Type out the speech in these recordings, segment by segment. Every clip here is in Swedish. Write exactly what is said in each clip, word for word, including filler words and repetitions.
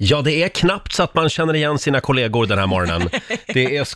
Ja, det är knappt så att man känner igen sina kollegor den här morgonen. Det är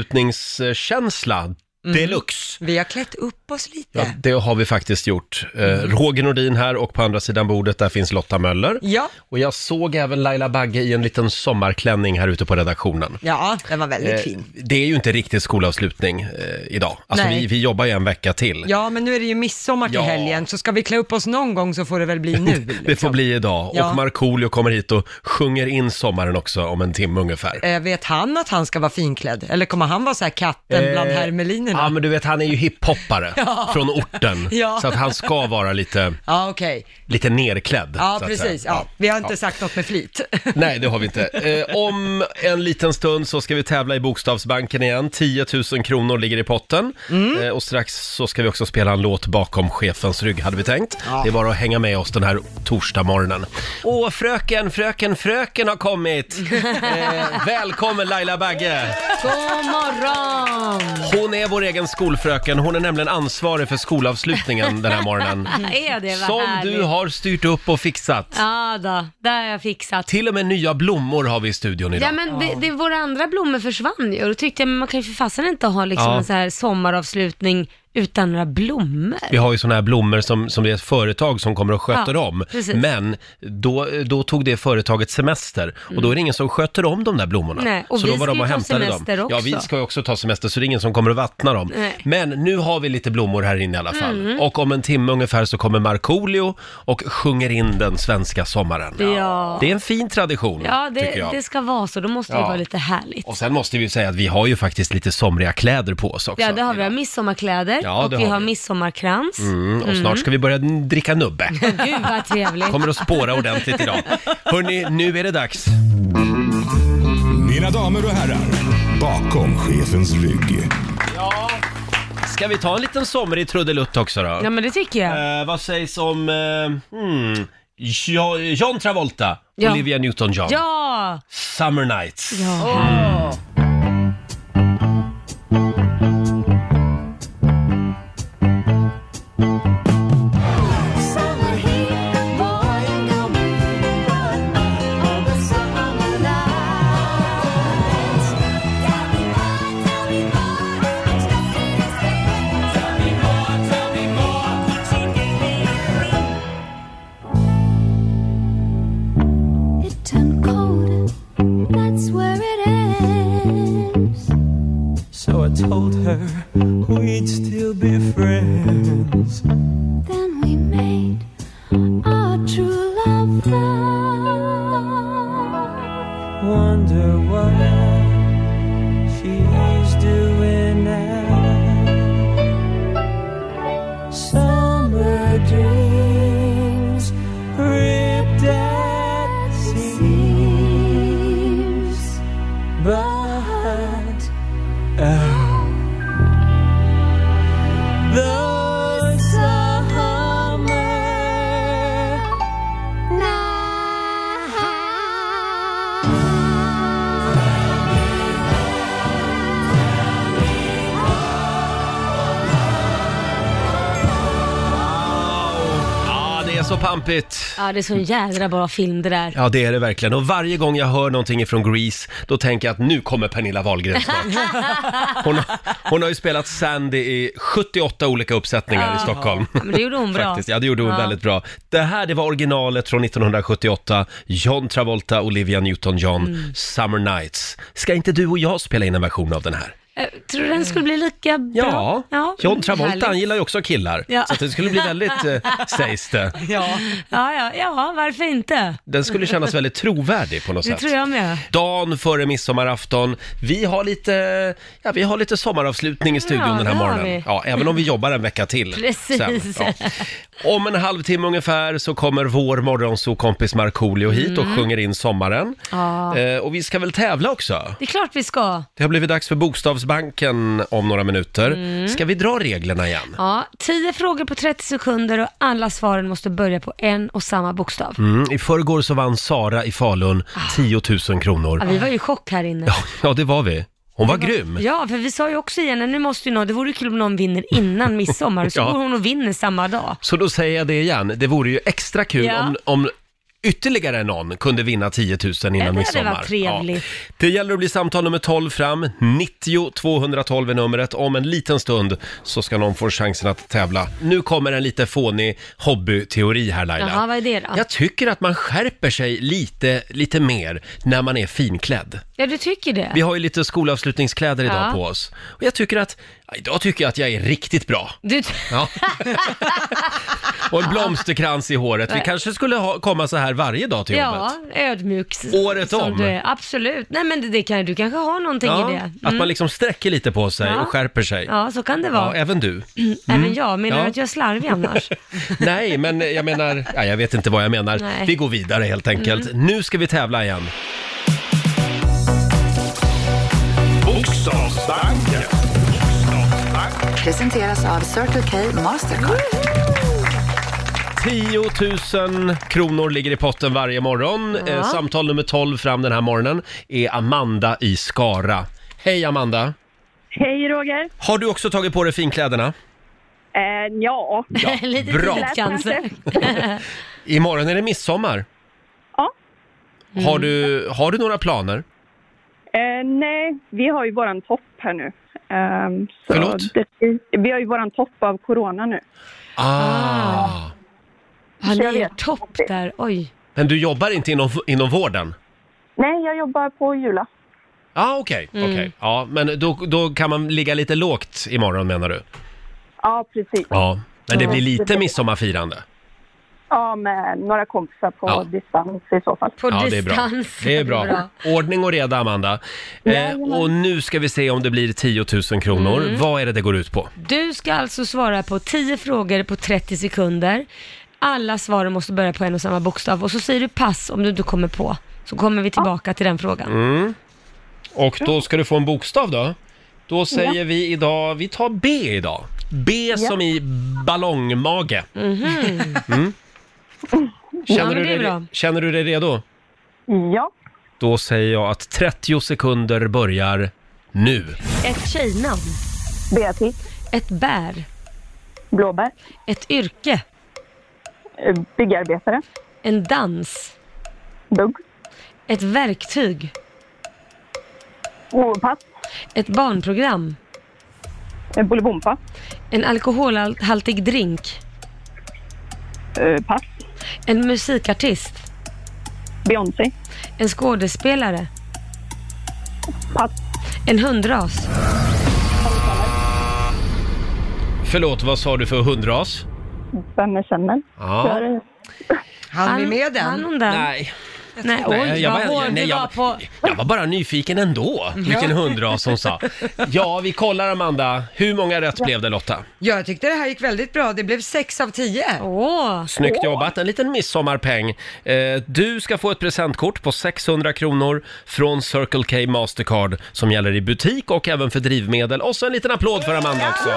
skolavslutningskänsla. Deluxe. Mm. Vi har klätt upp oss lite. Ja, det har vi faktiskt gjort. Eh, Roger Nordin här och på andra sidan bordet där finns Lotta Möller. Ja. Och jag såg även Laila Bagge i en liten sommarklänning här ute på redaktionen. Ja, den var väldigt Eh, fin. det är ju inte riktigt skolavslutning eh, idag. Alltså Nej. vi, vi jobbar ju en vecka till. Ja, men nu är det ju midsommar till Ja. helgen, så ska vi klä upp oss någon gång så får det väl bli nu. Liksom. Det får bli idag. Ja. Och Markoolio kommer hit och sjunger in sommaren också om en timme ungefär. Eh, vet han att han ska vara finklädd? Eller kommer han vara så här katten Eh, bland hermelinerna? Ja, men du vet, han är ju hiphoppare Ja. från orten. Ja. Så att han ska vara lite, Ja, okej. lite nerklädd. Ja, så att precis. säga. Ja. Vi har inte Ja. sagt något med flit. Nej, det har vi inte. Eh, om en liten stund så ska vi tävla i Bokstavsbanken igen. tio tusen kronor ligger i potten. Mm. Eh, och strax så ska vi också spela en låt bakom chefens rygg, hade vi tänkt. Ja. Det är bara att hänga med oss den här torsdagmorgonen. Åh, fröken, fröken, fröken har kommit! Eh, välkommen Laila Bagge! God morgon! Hon är vår egen skolfröken. Hon är nämligen ansvarig för skolavslutningen den här morgonen. Är det vad Som härligt. du har styrt upp och fixat. Ja då, där har jag fixat. Till och med nya blommor har vi i studion idag. Ja men det, det, våra andra blommor försvann ju och då tyckte jag men man kan ju för fasen inte ha liksom Ja. en så här sommaravslutning utan några blommor. Vi har ju såna här blommor som, som det är ett företag som kommer och sköter Ja, om. precis. Men då, då tog det företaget semester och då är det ingen som sköter om de där blommorna. Nej, och så vi då var ska de ju och ta hämtade semester dem. Ja, också. vi ska ju också ta semester så det är ingen som kommer att vattna dem. Nej. Men nu har vi lite blommor här inne i alla fall. Mm. Och om en timme ungefär så kommer Markoolio och sjunger in den svenska sommaren. Ja. Det är en fin tradition, Ja, tycker det, jag. det ska vara så. Då måste det Ja. vara lite härligt. Och sen måste vi ju säga att vi har ju faktiskt lite somriga kläder på oss också. Ja, det har vi. Vi idag. har midsommarkläder Ja, och det vi har har vi. midsommarkrans. Mm, och snart ska vi börja dricka nubbe. Gud vad trevligt. Kommer att spåra ordentligt idag. Hörrni, nu är det dags. Mina damer och herrar, bakom chefens rygg. Ja. Ska vi ta en liten somrig trudelutt också då? Ja men det tycker jag. Eh, vad sägs om eh, hmm, Jo- John Travolta, Ja. Olivia Newton-John. Ja! Summer Nights. Ja. It turned cold, that's where it ends. So I told her we'd still be friends. Then we made our true love vow. Wonder what she's doing now. Summer dreams ripped at seams. But oh, the summer Ja, det är så pampigt. Ja, det är så en jädra bra film det där. Ja, det är det verkligen. Och varje gång jag hör någonting ifrån Grease, då tänker jag att nu kommer Pernilla Wahlgren snart. Hon, har- hon har ju spelat Sandy i sjuttioåtta olika uppsättningar i Stockholm. Ja, men det gjorde hon bra. Faktiskt. Ja, det gjorde hon Ja. väldigt bra. Det här, det var originalet från nittonhundrasjuttioåtta. John Travolta, Olivia Newton-John, Mm. Summer Nights. Ska inte du och jag spela in en version av den här? Eh, Tror du den skulle bli lika bra? Ja, ja John Travolta, härligt. han gillar ju också killar. Ja. Så att det skulle bli väldigt, eh, sägs det. Ja. Ja, ja, ja, varför inte? Den skulle kännas väldigt trovärdig på något Det sätt. tror jag med. Dagen före midsommarafton. Vi har lite, ja, vi har lite sommaravslutning i studion Ja, den här det har morgonen. vi. Ja, även om vi jobbar en vecka till. Precis. Sen, ja. Om en halvtimme ungefär så kommer vår morgonsokompis Markoolio hit och sjunger in sommaren. Mm. Ja. Eh, och vi ska väl tävla också. Det är klart vi ska. Det har blivit dags för Bokstavsbanken om några minuter. Mm. Ska vi dra reglerna igen? Ja, tio frågor på trettio sekunder och alla svaren måste börja på en och samma bokstav. Mm, I förrgår så vann Sara i Falun tio tusen kronor. Ja, vi var ju i chock här inne. Ja, ja, det var vi. Hon var grym. Ja, för vi sa ju också igen, nu måste ju någon, det vore ju kul om någon vinner innan midsommar, så Ja. går hon och vinner samma dag. Så då säger jag det igen. Det vore ju extra kul Ja. om, om ytterligare någon kunde vinna tio tusen innan Ja, det midsommar. var trevligt. Ja. Det gäller att bli samtal nummer tolv fram. nittio tvåhundratolv är numret. Om en liten stund så ska någon få chansen att tävla. Nu kommer en lite fånig hobbyteori här, Laila. Jaha, vad är det då? Jag tycker att man skärper sig lite, lite mer när man är finklädd. Ja, du tycker det? Vi har ju lite skolavslutningskläder idag Ja. på oss. Och jag tycker att, ja, idag tycker jag att jag är riktigt bra. Du... Ja. Och en blomsterkrans i håret. Vi kanske skulle ha, komma så här varje dag till jobbet. Ja, ödmjuk. Året som om. Du är. Absolut. Nej, men det, det kan, du kanske har någonting Ja, i det. Mm. att man liksom sträcker lite på sig Ja. och skärper sig. Ja, så kan det Ja, vara. även du. Även jag. Menar Ja. du att jag är slarvig annars? Nej, men jag menar, ja, jag vet inte vad jag menar. Nej. Vi går vidare helt enkelt. Nu ska vi tävla igen. Bokstavsbanken. Presenteras av Circle K Mastercard. tio tusen kronor ligger i potten varje morgon. Ja. Eh, samtal nummer tolv fram den här morgonen är Amanda i Skara. Hej Amanda! Hej Roger. Har du också tagit på dig finkläderna? Eh, ja. Ja, Lite bra. tidigt kanske. Imorgon är det midsommar. Ja. Har du, har du några planer? Eh, nej, vi har ju våran topp här nu. Ehm, så Förlåt? Det, vi har ju våran topp av corona nu. Ah. Har Så jag ni er vet. topp där? Oj. Men du jobbar inte inom, inom vården? Nej, jag jobbar på Jula. Ja, ah, okej. Mm. okej. Ja, men då, då kan man ligga lite lågt imorgon menar du? Ja, precis. Ja, men det Ja. blir lite midsommarfirande. Ja, med några kompisar på Ja. distans i så fall. På Ja, det är bra. distans. Det är bra. Ordning och reda, Amanda. Eh, och nu ska vi se om det blir tio tusen kronor. Mm. Vad är det det går ut på? Du ska alltså svara på tio frågor på trettio sekunder. Alla svaren måste börja på en och samma bokstav. Och så säger du pass om du inte kommer på. Så kommer vi tillbaka till den frågan. Mm. Och då ska du få en bokstav då. Då säger vi idag, vi tar B idag. B som i ballongmage. Mm. Känner, men du det är dig, bra. känner du dig redo? Ja. Då säger jag att trettio sekunder börjar nu. Ett tjejnamn. Beatrice. Ett bär. Blåbär. Ett yrke. Eh, byggarbetare. En dans. Bugg. Ett verktyg. Och pass. Ett barnprogram. Eh, Bolibompa. En alkoholhaltig drink. Eh, pass. En musikartist. Beyoncé. En skådespelare. Pass. En hundras. Förlåt, vad sa du för hundras? Vem jag känner. Ja. Han vi med den? Han hon där. Nej. Nej, oj, Nej, jag, vad var, hård nej, du jag, var på. jag var bara nyfiken ändå, vilken hundras hon sa. Ja, vi kollar Amanda. Hur många rätt blev det, Lotta? Ja, jag tyckte det här gick väldigt bra. Det blev sex av tio. Åh, Snyggt jobbat, en liten midsommarpeng. Eh, du ska få ett presentkort på sexhundra kronor från Circle K Mastercard som gäller i butik och även för drivmedel. Och så en liten applåd för Amanda också.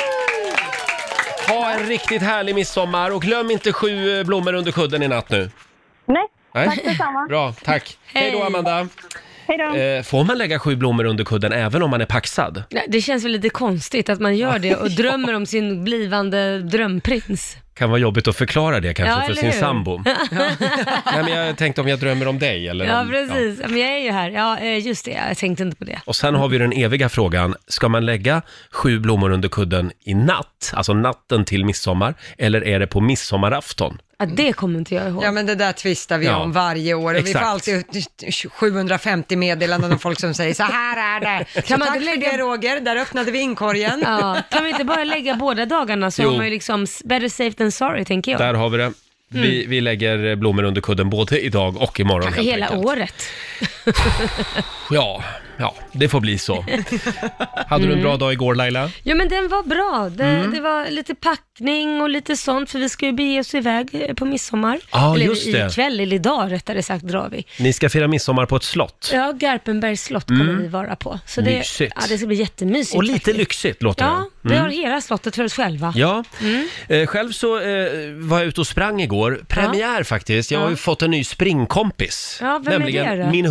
Ha en riktigt härlig midsommar och glöm inte sju blommor under kudden i natt nu. Nej, Nej? tack detsamma. Bra, tack. Hej då Amanda. Hej då. Eh, får man lägga sju blommor under kudden även om man är paxad? nej, det känns väl lite konstigt att man gör det och drömmer om sin blivande drömprins. Kan vara jobbigt att förklara det kanske Ja, för eller sin hur? sambo. Nej, men jag tänkte om jag drömmer om dig eller Ja, om, precis. Men jag är ju här. Ja, eh, just det. Jag tänkte inte på det. Och sen har vi den eviga frågan, ska man lägga sju blommor under kudden i natt, alltså natten till midsommar, eller är det på midsommarafton? Ja, det kommer inte jag ihåg. Ja, men det där tvistar vi Ja. om varje år. Och vi Exakt. får alltid sjuhundrafemtio meddelanden om folk som säger så här är det. Kan man Tack inte för lägga det, Roger? Där öppnade vi inkorgen. Ja, kan vi inte bara lägga båda dagarna så Jo. har man ju liksom s- better safe than sorry, tänker jag. Där har vi det. Vi, vi lägger blommor under kudden både idag och imorgon Kanske helt hela enkelt. året. Ja, ja, det får bli så. Hade du en bra dag igår Laila? Ja, men den var bra. Det, Mm. det var lite packning och lite sånt, för vi ska ju bege oss iväg eh, på midsommar. Ja, eller just det. ikväll, eller idag rättare sagt, drar vi. Ni ska fira midsommar på ett slott. Ja, Garpenbergs slott kommer vi vara på. Så det, Mysigt. ja, det ska bli jättemysigt. Och lite faktiskt. lyxigt låter Ja, det. vi har hela slottet för oss själva. Ja, eh, själv så eh, var jag ute och sprang igår. Premiär faktiskt. Jag har ju Ja. fått en ny springkompis. Ja, vem är Nämligen det då? min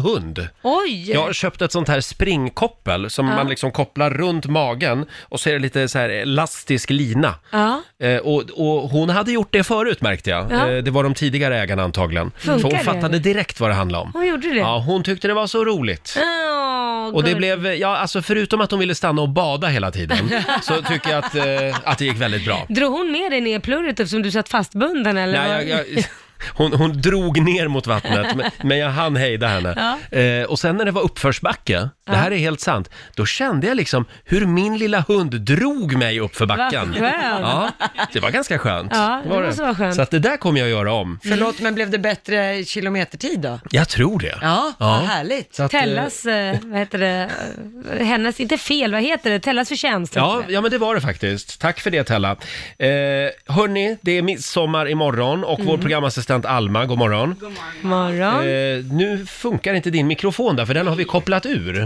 hund. Oj! Jag har köpt ett sånt här springkoppel som Ja. man liksom kopplar runt magen och så är det lite så här elastisk lina. Ja. Eh, och, och hon hade gjort det förut märkte jag. Ja. Eh, det var de tidigare ägarna antagligen. Funkar För hon det, fattade eller? direkt vad det handlade om. Hon gjorde det? Ja, hon tyckte det var så roligt. Oh, Och det God. blev, ja alltså förutom att hon ville stanna och bada hela tiden så tycker jag att, eh, att det gick väldigt bra. Drog hon med dig ner plurret eftersom du satt fastbunden eller? Nej, vad? jag, jag, hon, hon drog ner mot vattnet, men, men jag hann hejda henne. Ja. Eh, och sen när det var uppförsbacke, det här är helt sant, då kände jag liksom hur min lilla hund drog mig upp för backen. Vad skönt. Ja, det var ganska skönt. Ja, det var måste vara skönt. Så att det där kommer jag göra om. Förlåt, men blev det bättre kilometertid då? Jag tror det. Ja, vad härligt. Så att, eh, Tellas, eh, vad heter det, eh, hennes, inte fel, vad heter det, Tellas förtjänst. Ja, heter det. ja, men det var det faktiskt. Tack för det, Tella. Eh, hörni, det är midsommar imorgon och vår programassistent Alma, god morgon. God Morgon. Eh, nu funkar inte din mikrofon där, för den har vi kopplat ur.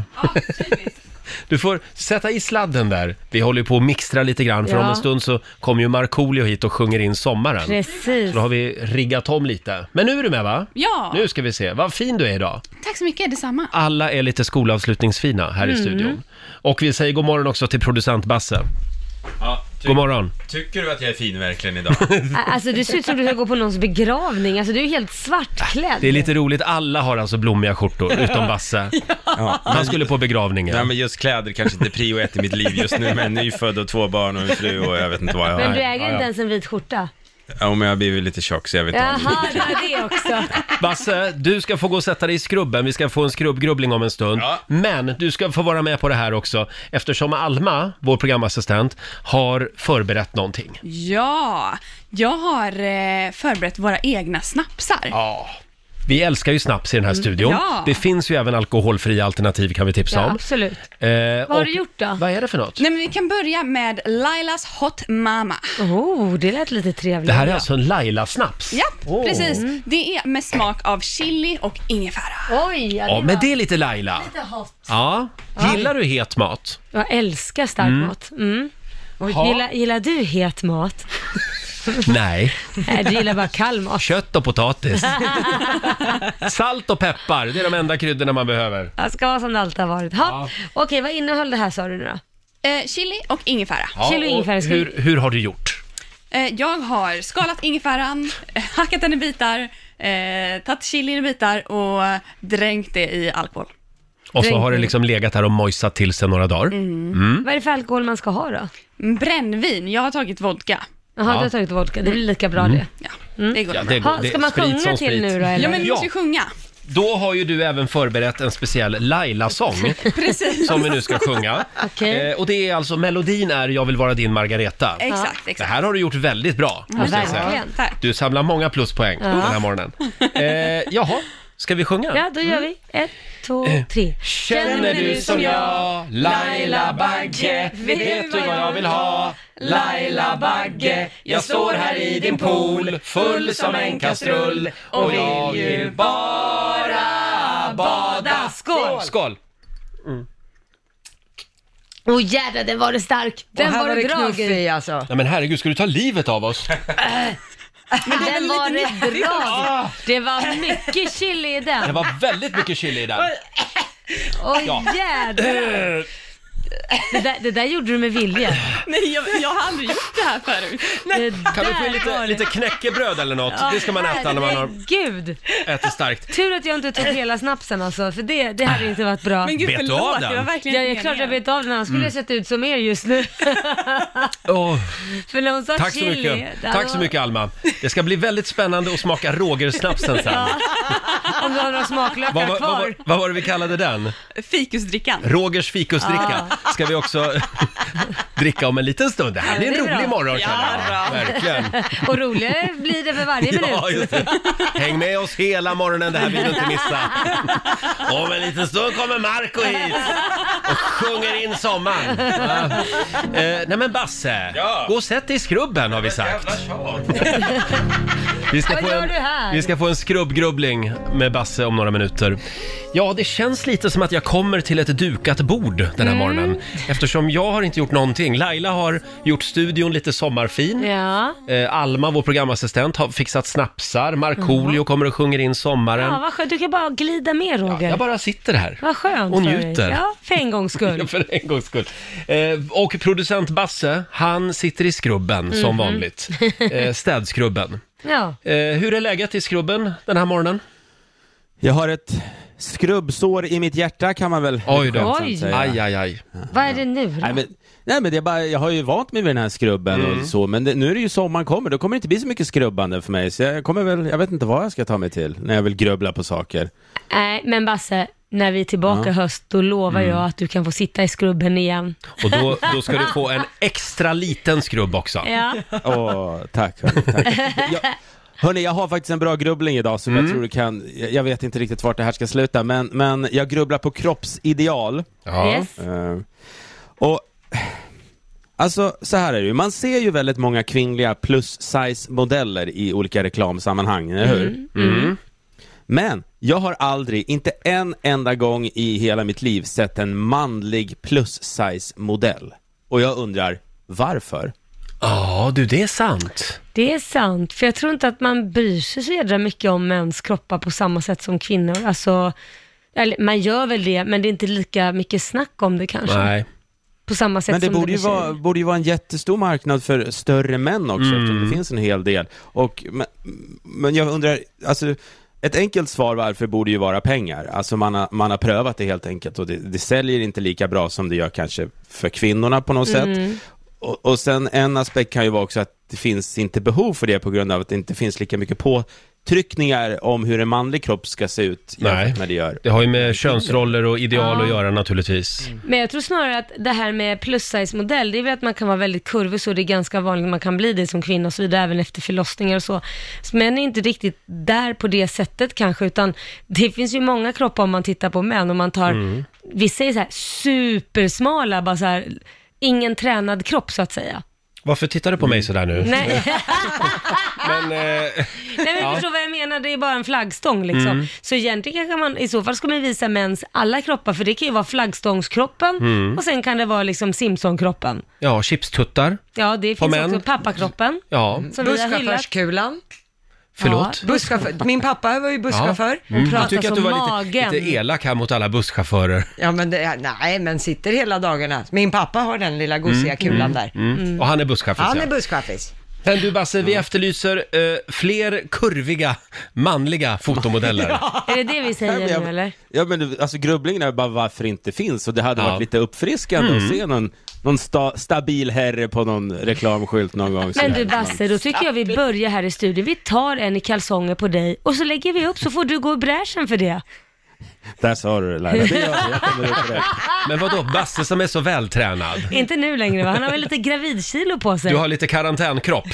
Du får sätta i sladden där. Vi håller ju på att mixtra lite grann, för Ja. om en stund så kommer ju Markoolio hit och sjunger in sommaren. Precis. Så då har vi riggat om lite. Men nu är du med, va? Ja, Nu ska vi se. Vad fin du är idag. tack så mycket, detsamma. Alla är lite skolavslutningsfina här Mm. i studion. Och vi säger god morgon också till producent Basse. Ja, ty- God morgon. Tycker du att jag är fin verkligen idag? Alltså du ser ut som du ska gå på någons begravning, alltså du är helt svartklädd. Det är lite roligt, alla har alltså blommiga skjortor, utom Basse. Ja, Han skulle på begravningen. Nej, men just kläder kanske inte är prio ett i mitt liv just nu, men nyfödd och två barn och en fru och jag vet inte vad jag har. Men du Nej, äger ja, inte ja. ens en vit skjorta. Ja, men jag har blivit lite tjock så jag vet inte. Jaha, det är det också. Basse, du ska få gå och sätta dig i skrubben. Vi ska få en skrubbgrubbling om en stund. Ja. Men du ska få vara med på det här också, eftersom Alma, vår programassistent, har förberett någonting. Ja, jag har eh, förberett våra egna snapsar. Ja. Vi älskar ju snaps i den här studion. Ja. Det finns ju även alkoholfria alternativ, kan vi tipsa Ja, om. absolut. Eh, Vad har och- du gjort då? Vad är det för något? Nej, men vi kan börja med Lailas Hot Mama. Oh, det lät lite trevligt. Det här är alltså en Laila-snaps? Ja, Åh. precis. Det är med smak av chili och ingefära. Oj, ja, Ja, det men var det är lite Laila. lite hot. Ja. Gillar du het mat? Jag älskar stark mat. Mm. Ha. Gillar, gillar du het mat? Nej. Nej, du gillar bara kall mat. Kött och potatis. Salt och peppar, det är de enda kryddorna man behöver. Det ska vara som det alltid har varit. Ha. Ja. Okej, vad innehöll det här sa du nu då? Eh, chili och ingefära. Ja, Chili och och ingefära ska vi- hur, hur har du gjort? Eh, jag har skalat ingefäran, eh, hackat den i bitar, eh, tagit chilin i bitar och dränkt det i alkohol. Och så Dränk har det i. liksom legat där och mojsat till sig några dagar. Mm. Vad är det för alkohol man ska ha då? Brännvin, jag har tagit vodka. Jaha, Ja. Mm. du har tagit vodka. Det blir lika bra det. Ja, det går Ja, bra. det går, Ha, det, ska man sprit sjunga som till sprit. nu då eller? Ja, men vi Ja. måste ju sjunga. Då har ju du även förberett en speciell Laila-sång Precis. som vi nu ska sjunga. Okej. Eh, och det är alltså, melodin är Jag vill vara din Margareta. Exakt, Det exakt. här har du gjort väldigt bra, Ja, måste jag säga. verkligen. Tack. Du samlar många pluspoäng den här morgonen. Eh, jaha, ska vi sjunga? Ja, då gör vi. Ett, två, Eh. tre. Känner du som jag, Laila Bagge, vet du vad jag vill ha? Laila Bagge, jag står här i din pool, full som en kastrull, och jag vill bara bada. Skål! Skål! Åh jädrar, den var det stark. Den Och här var var det det knuff drag i. i alltså. Nej men herregud, ska du ta livet av oss? Den var det drag. Det var mycket chili i Det den. var väldigt mycket chili i den. Åh Ja. jädrar. Det där, det där gjorde du med vilja. Nej, jag, jag har aldrig gjort det här förut. Det Kan vi få där lite, var det. lite knäckebröd eller något? Det ska man äta när man har Gud. ätit starkt. Tur att jag inte tog hela snapsen alltså, för det, det hade inte varit bra. Men gud, Bet du förlåt, av den? det var verkligen Ja, inte jag är klart jag meningen. vet av den, annars skulle jag sett ut som er just nu. Åh, För när hon sa tack så chili. mycket. det Tack var- så mycket Alma. Det ska bli väldigt spännande att smaka Roger-snapsen sen. Om du har några smaklökar Vad, vad, kvar. vad, var- vad var det vi kallade den? Fikusdrickan. Rogers fikusdricka ska vi också dricka om en liten stund. Det här blir en det är rolig bra. morgon känner jag. Verkligen. Och roligare blir det för varje minut. Ja, just det. Häng med oss hela morgonen, det här vill du inte missa. Om en liten stund kommer Marco hit. och sjunger in sommaren. Ja. Eh, nej men Basse, Ja. gå och sätt dig i skrubben har vi sagt. Vi ska, Vad få gör en, du här? vi ska få en skrubbgrubbling med Basse om några minuter. Ja, det känns lite som att jag kommer till ett dukat bord den här Mm. morgonen. Eftersom jag har inte gjort någonting. Laila har gjort studion lite sommarfin. Ja. Eh, Alma, vår programassistent, har fixat snapsar. Markoolio kommer och sjunger in sommaren. Ja, vad skönt. Du kan bara glida med, Roger. Jag bara sitter här. Vad skönt Och för dig. njuter. Ja, för en gångs skull. För en gångs skull. Eh, och producent Basse, han sitter i skrubben Mhm. som vanligt. Eh, städskrubben. Ja. Eh, hur är läget i skrubben den här morgonen? Jag har ett skrubbsår i mitt hjärta kan man väl Oj då. Oj. säga. Aj, aj, aj. Vad är det nu då? Nej men, nej, men det är bara, jag har ju vant mig vid den här skrubben Mm. och så, men det, nu är det ju sommaren kommer, då kommer det inte bli så mycket skrubbande för mig, så jag kommer väl, jag vet inte vad jag ska ta mig till när jag vill grubbla på saker. Nej, men Basse, när vi är tillbaka i höst, då lovar Mm. jag att du kan få sitta i skrubben igen. Och då, då ska du få en extra liten skrubb också. Ja. Åh, tack hörni, tack. Jag, hörni, jag har faktiskt en bra grubbling idag som Mm. jag tror du kan, jag, jag vet inte riktigt vart det här ska sluta, men, men jag grubblar på kroppsideal. Ja. Yes. Eh, och alltså så här är det ju, man ser ju väldigt många kvinnliga plus size modeller i olika reklamsammanhang, eller hur? Mm. Men jag har aldrig, inte en enda gång i hela mitt liv sett en manlig plus size modell. Och jag undrar, varför? Ja, du, det är sant. Det är sant, för jag tror inte att man bryr sig så jädra mycket om mäns kroppar på samma sätt som kvinnor. Alltså, eller, man gör väl det, men det är inte lika mycket snack om det kanske. Nej. På samma sätt Men det som borde ju, med tjejer. vara, borde ju vara en jättestor marknad för större män också, Mm. eftersom det finns en hel del. Och, men, men jag undrar, alltså ett enkelt svar varför borde ju vara pengar. Alltså man har, man har prövat det helt enkelt och det, det säljer inte lika bra som det gör kanske för kvinnorna på något Mm. sätt. Och, och sen en aspekt kan ju vara också att det finns inte behov för det på grund av att det inte finns lika mycket påtryckningar om hur en manlig kropp ska se ut jämfört Nej. med det gör. Det har ju med könsroller och ideal Ja. att göra naturligtvis. Men jag tror snarare att det här med plus size modell, det är väl att man kan vara väldigt kurvig, så det är ganska vanligt att man kan bli det som kvinna och så vidare, även efter förlossningar och så. Så män är inte riktigt där på det sättet kanske, utan det finns ju många kroppar om man tittar på män och man tar, Mm. vissa är så här supersmala, bara så här, ingen tränad kropp så att säga. Varför tittar du på mig sådär nu? Nej. Men, eh, Nej men Ja. förstår vad jag menar, det är bara en flaggstång liksom. Mm. Så egentligen kan man, i så fall ska man visa mäns alla kroppar, för det kan ju vara flaggstångskroppen Mm. och sen kan det vara liksom Simpson-kroppen. ja, chipstuttar. Ja, det På finns män. också pappakroppen. Ja, Som vi har hyllat. Busschaufförskulan. förlåt. Ja, busschaufför. Min pappa var ju busschaufför. Ja. Mm. Jag pratar tycker att du som var magen. lite, lite elak här mot alla busschaufförer. Ja, men det, nej, men sitter hela dagarna. Min pappa har den lilla gosiga kulan där. Mm. Och han är busschaffis. Han ja. är busschauffis. Men du Basse, vi efterlyser eh, fler kurviga, manliga fotomodeller. Är det det vi säger Ja, men jag- nu eller? Ja men du, alltså grubblingen är bara varför det inte finns, och det hade Ja. varit lite uppfriskande Mm. att se någon, någon sta, stabil herre på någon reklamskylt någon gång. Men du Basse, då tycker jag vi börjar här i studion. Vi tar en i kalsonger på dig och så lägger vi upp, så får du gå i bräschen för det. Där sa du det Laila, det gör jag, jag kommer upp direkt. Men vadå, Basse som är så vältränad? Inte nu längre va? Han har väl lite gravidkilo på sig. Du har lite karantänkropp.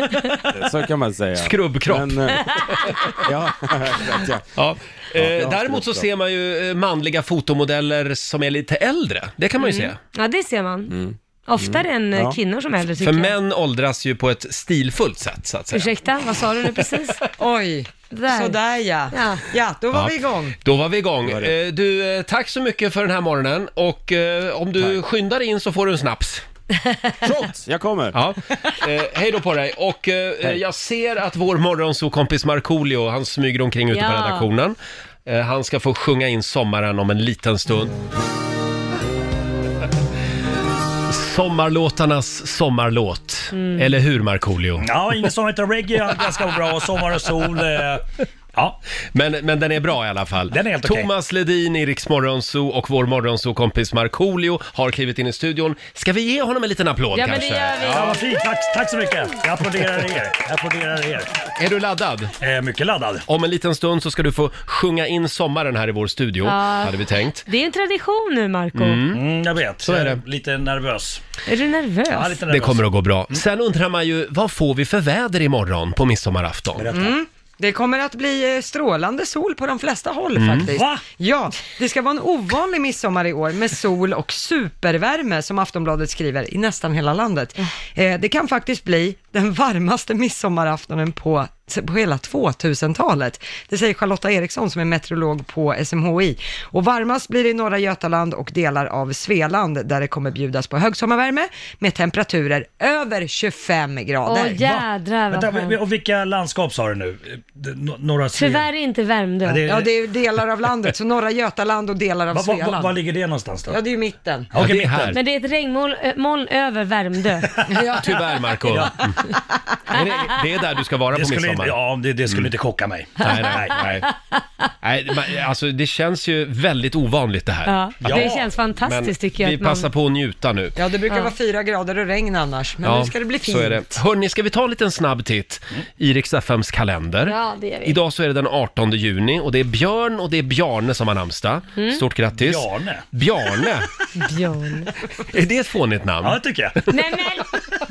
Så kan man säga. Skrubbkropp. Men, eh, ja, exakt, ja. Ja. Eh, jag har däremot så skrubbkropp. ser man ju eh, manliga fotomodeller som är lite äldre. Det kan man ju se. Ja, det ser man. Oftare än Ja. kvinnor som är äldre tycker För jag. män åldras ju på ett stilfullt sätt, så att säga. Ursäkta, vad sa du nu precis? Oj, Där. sådär ja. Ja. Ja, då var Ja. vi igång. Då var vi igång. var det. Eh, Du, eh, tack så mycket för den här morgonen. Och eh, om du skyndar in så får du en snaps. Shots, jag kommer. Ja. Eh, hej då på dig. Och eh, Hej. jag ser att vår morgonsokompis Markoolio, han smyger omkring ute på Ja. redaktionen. Eh, han ska få sjunga in sommaren om en liten stund. Sommarlåtarnas sommarlåt. Eller hur, Markoolio? Ja, ingen som heter reggae är ganska bra och sommar och sol. Eh, ja, Men, men den är bra i alla fall. Den är helt okej. Thomas Ledin i Rix Morgonzoo och vår morgonzoo-kompis Markoolio har klivit in i studion. Ska vi ge honom en liten applåd Ja, men kanske? det gör vi. ja vad fint. Tack, tack så mycket. Jag applåderar er. Jag applåderar er. Är du laddad? Eh, mycket laddad. Om en liten stund så ska du få sjunga in sommaren här i vår studio, Ja. hade vi tänkt. Det är en tradition nu, Marco. Mm, jag vet. Så är det. Jag lite nervös. Är du nervös? Ja, lite Det nervös. kommer att gå bra. Sen undrar man ju, vad får vi för väder imorgon på midsommarafton? Berätta. Mm. Det kommer att bli eh, strålande sol på de flesta håll Mm. faktiskt. Va? Ja, det ska vara en ovanlig midsommar i år med sol och supervärme som Aftonbladet skriver i nästan hela landet. Eh, det kan faktiskt bli den varmaste midsommaraftonen på, på hela tvåtusentalet. Det säger Charlotta Eriksson som är meteorolog på S M H I. Och varmast blir det i norra Götaland och delar av Svealand där det kommer bjudas på högsommarvärme med temperaturer över tjugofem grader. Åh jädrar vad Vänta, skönt. och vilka landskap sa du nu? Det- no- Norra Svealand. Tyvärr inte Värmdö. Ja, det- Ja, det är delar av landet, så norra Götaland och delar av Va- va- va- Svealand. Var ligger det någonstans då? Ja, det är ju mitten. Okej, det är mitten. här. Men det är ett regnmoln ö, moln över Värmdö. Tyvärr, Marco. Mm. Är det, det är där du ska vara Det på skulle midsommar. inte, ja, det, det skulle inte chocka mig. Nej, nej, nej. nej man, alltså, det känns ju väldigt ovanligt det här. Ja, Ja. det känns fantastiskt Men tycker jag. vi att man- passar på att njuta nu. Ja, det brukar Ja. vara fyra grader och regn annars, men nu ska det bli fint. så är det. Hörrni, ska vi ta en liten snabb titt i Rix F M:s kalender? Ja, det gör vi. Idag så är det den artonde juni och det är Björn och det är Bjarne som har namnsdag. Mm. Stort grattis. Bjarne. Bjarne. Björn. Är det ett fånigt namn? Ja, det tycker jag. Nej men!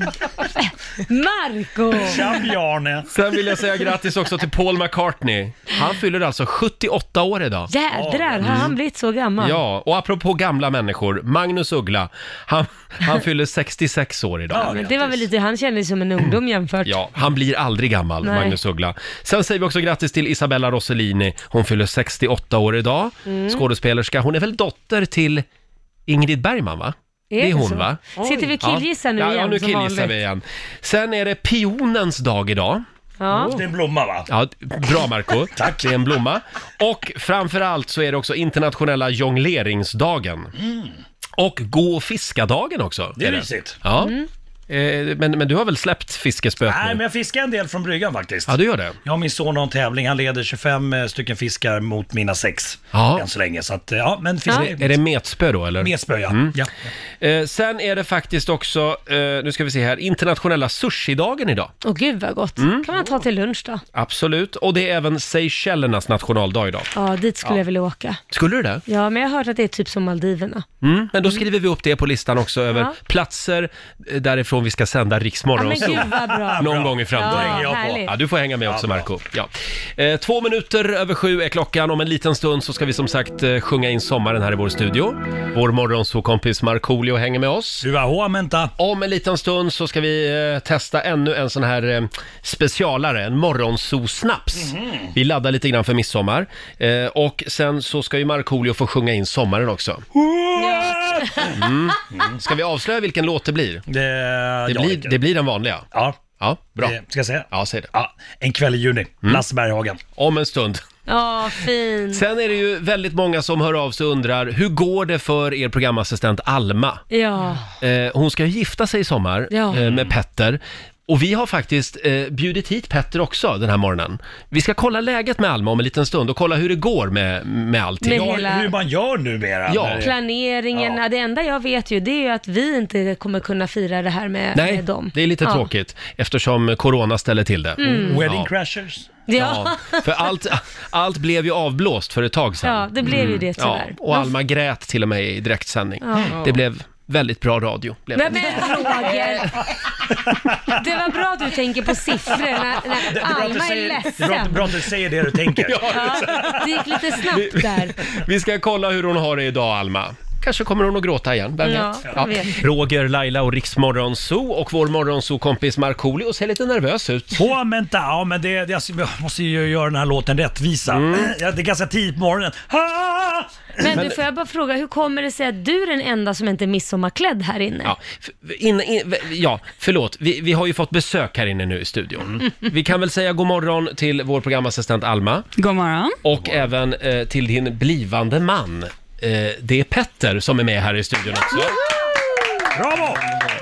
Marco! Tja, Bjarne. Sen vill jag säga grattis också till Paul McCartney. Han fyller alltså sjuttioåtta år idag. Jädrar, har han blivit så gammal? Ja, och apropå gamla människor, Magnus Uggla, han, han fyller sextiosex år idag. Ja, men det var väl lite, han kändes som en ungdom jämfört. Ja, han blir aldrig gammal, Nej. Magnus Uggla. Sen säger vi också grattis till Isabella Rossellini. Hon fyller sextioåtta år idag. Mm. Skådespelerska. Hon är väl dotter till Ingrid Bergman, va? Är det är det hon, så? va? Sitter vi och killgissar nu ja, igen Ja, nu som killgissar vanligt? vi igen. Sen är det pionens dag idag. Ja. Det är en blomma, va? Ja, bra Marco. Tack. Det är en blomma. Och framförallt så är det också internationella jongleringsdagen. Och gå och fiska-dagen också. Det är mysigt. Ja. Mm. Eh, men, men du har väl släppt fiskespöet Nej, nu? men jag fiskar en del från bryggan faktiskt. Ja, du gör det. Jag och min son har en tävling. Han leder tjugofem stycken fiskar mot mina sex. Ja. Än så länge. Så att, ja, men fiska... Är det metspö då, eller? Metspö, ja. Mm. ja. Eh, sen är det faktiskt också, eh, nu ska vi se här, internationella sushi-dagen idag. Åh gud vad gott. Mm. Kan man ta till lunch då? Absolut. Och det är även Seychellernas nationaldag idag. Ja, dit skulle Ja. jag vilja åka. Skulle du det? Ja, men jag har hört att det är typ som Maldiverna. Mm. Men då skriver vi upp det på listan också över Ja. platser eh, därifrån vi ska sända Riksmorgon. Ja, men gud vad bra. Någon Bra. gång i framtiden. Ja, Då hänger jag på. härligt. Ja, du får hänga med också, bra. Marco. Ja. Eh, två minuter över sju är klockan. Om en liten stund så ska vi som sagt eh, sjunga in sommaren här i vår studio. Vår morgonsåkompis Markoolio hänger med oss. Du har menta. Om en liten stund så ska vi eh, testa ännu en sån här eh, specialare, en morgonsosnaps. Vi laddar lite grann för midsommar. Eh, och sen så ska ju Markoolio få sjunga in sommaren också. Mm. Ska vi avslöja vilken låt det blir? Det, Det blir, det blir den vanliga. Ja, Ja, bra. det, ska jag säga? Ja, säg det. Ja, en kväll i juni. Lasse Berghagen. Om en stund. Ja, fin. Sen är det ju väldigt många som hör av sig och undrar, hur går det för er programassistent Alma? Ja. Eh, hon ska ju gifta sig i sommar Ja. eh, med Petter. Och vi har faktiskt eh, bjudit hit Petter också den här morgonen. Vi ska kolla läget med Alma om en liten stund och kolla hur det går med, med allting. Med Ja, hela- hur man gör numera. Ja. när det- Planeringen, Ja. ja. Det enda jag vet ju det är ju att vi inte kommer kunna fira det här med, Nej, med dem. det är lite Ja. tråkigt eftersom corona ställer till det. Mm. Wedding Ja. crashers. Ja. Ja, för allt, allt blev ju avblåst för ett tag sedan. Ja, det blev ju det Ja, tyvärr. och Alma grät till och med i direktsändning. Ja. Det blev väldigt bra radio. Blev det. Men, men Roger, det var bra att du tänker på siffror när, när Det, det, är bra att du Alma är säger, det är ledsen. bra, bra att du säger det du tänker. Ja, det gick lite snabbt där. Vi ska kolla hur hon har det idag, Alma. Kanske kommer hon att gråta igen, vem Ja, vet? jag vet. Roger, Laila och Riksmorgon Zoo och vår morgonzoo-kompis Markoolio ser lite nervös ut. På menta, ja men det, det, jag måste ju göra den här låten rättvisa. Ja, det är ganska tidigt på morgonen. Ah! Men du, får jag bara fråga, hur kommer det sig att du är den enda som inte är midsommarklädd här inne? Ja, f- in, in, ja förlåt. Vi, vi har ju fått besök här inne nu i studion. Vi kan väl säga god morgon till vår programassistent Alma. God morgon. Och även eh, till din blivande man. Eh, det är Petter som är med här i studion också. Bravo!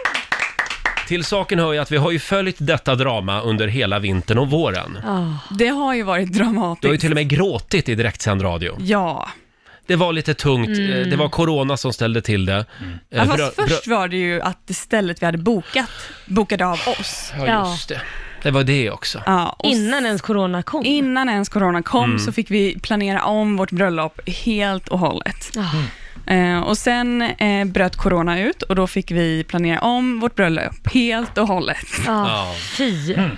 Till saken hör jag att vi har ju följt detta drama under hela vintern och våren. Oh. Det har ju varit dramatiskt. Du har ju till och med gråtit i direktsänd radio. Ja. Det var lite tungt, Mm. eh, det var corona som ställde till det. Ja, Eh, fast brö- först var det ju att det stället vi hade bokat bokade av oss. Ja, just det. Det var det också. Ja, och Innan ens corona kom. Innan ens corona kom Mm. så fick vi planera om vårt bröllop helt och hållet. Eh, och sen eh, bröt corona ut och då fick vi planera om vårt bröllop helt och hållet. Ja, fy.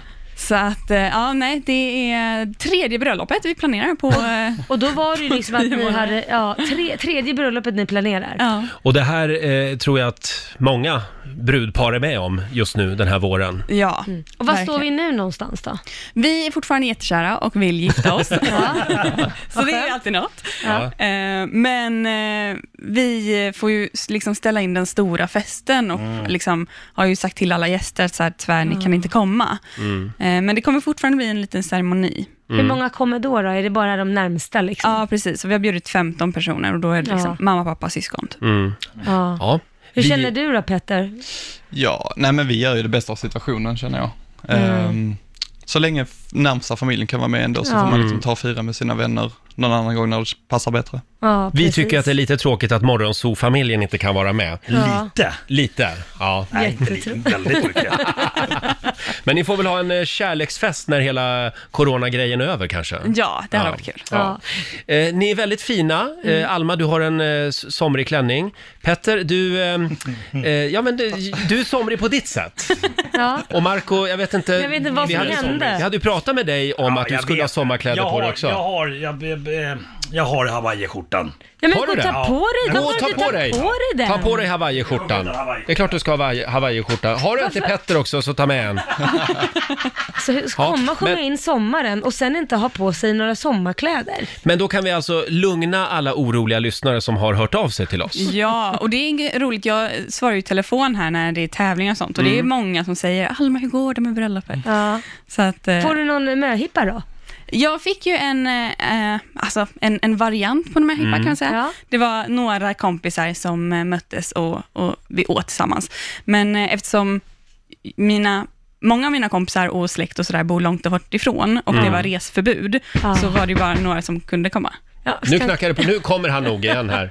Så att, eh, ja nej, det är tredje bröllopet vi planerar på. Eh, Och då var det ju liksom att ni hade, ja, tre, tredje bröllopet ni planerar. ja. Och det här eh, tror jag att många brudpar är med om just nu den här våren. Ja, Mm. Och var står vi verkligen. nu någonstans då? Vi är fortfarande jättekära och vill gifta oss. Så det är alltid något. Ja. Eh, men eh, vi får ju liksom ställa in den stora festen och liksom har ju sagt till alla gäster så här, tyvärr, ni kan inte komma. Mm. Eh, men det kommer fortfarande bli en liten ceremoni. Hur många kommer då då? Är det bara de närmsta liksom? Ja, precis. Så vi har bjudit femton personer och då är det liksom Ja. mamma, pappa, syskon. Mm. Ja. Ja. Hur Vi- känner du då, Petter? Ja, nej men vi gör ju det bästa av situationen, känner jag. Mm. Ehm, så länge f- närmsta familjen kan vara med ändå, så Ja. får man liksom Mm. ta och fira med sina vänner någon annan gång när det passar bättre. Ja, Vi precis. tycker att det är lite tråkigt att Morgonzoo-familjen inte kan vara med. Ja. Lite. Lite, ja. Nej, inte lite. Väldigt mycket. Men ni får väl ha en eh, kärleksfest när hela coronagrejen är över kanske? Ja, det hade Ja. varit kul. Ja. Eh, ni är väldigt fina. Eh, Alma, du har en eh, s- somrig klänning. Petter, du, eh, eh, ja, men du, du är somrig på ditt sätt. Ja. Och Marco, jag vet inte... Jag vet inte vad vi som hade, hände. Vi hade ju pratat med dig om Ja, att du jag skulle vet. ha sommarkläder jag på dig har, också. Jag har, jag, jag, jag har hawaiiskjortan. Ja, men Har gå du det? ta på dig. Gå Varför och ta har du på inte dig. tagit på dig den? Ta på dig hawaiiskjortan. Hawaii. Det är klart du ska ha hawaii- hawaiiskjorta. Har du inte Petter också så ta med en. Så hur ska Ja, komma och sjunga men- in sommaren och sen inte ha på sig några sommarkläder? Men då kan vi alltså lugna alla oroliga lyssnare som har hört av sig till oss. Ja, och det är inget roligt. Jag svarar ju i telefon här när det är tävlingar och sånt. Och det är många som säger, Alma, hur går det med bröllopet? Ja. Så att, eh, Får du någon möhippa då? jag fick ju en, eh, alltså en, en variant på de här hippa kan jag säga. Ja. Det var några kompisar som eh, möttes och, och vi åt tillsammans. Men eh, eftersom mina, många av mina kompisar och släkt och sådär bor långt bort ifrån och det var resförbud, Ah. så var det ju bara några som kunde komma. Ja, Nu ska- knackar det på. Nu kommer han nog igen här.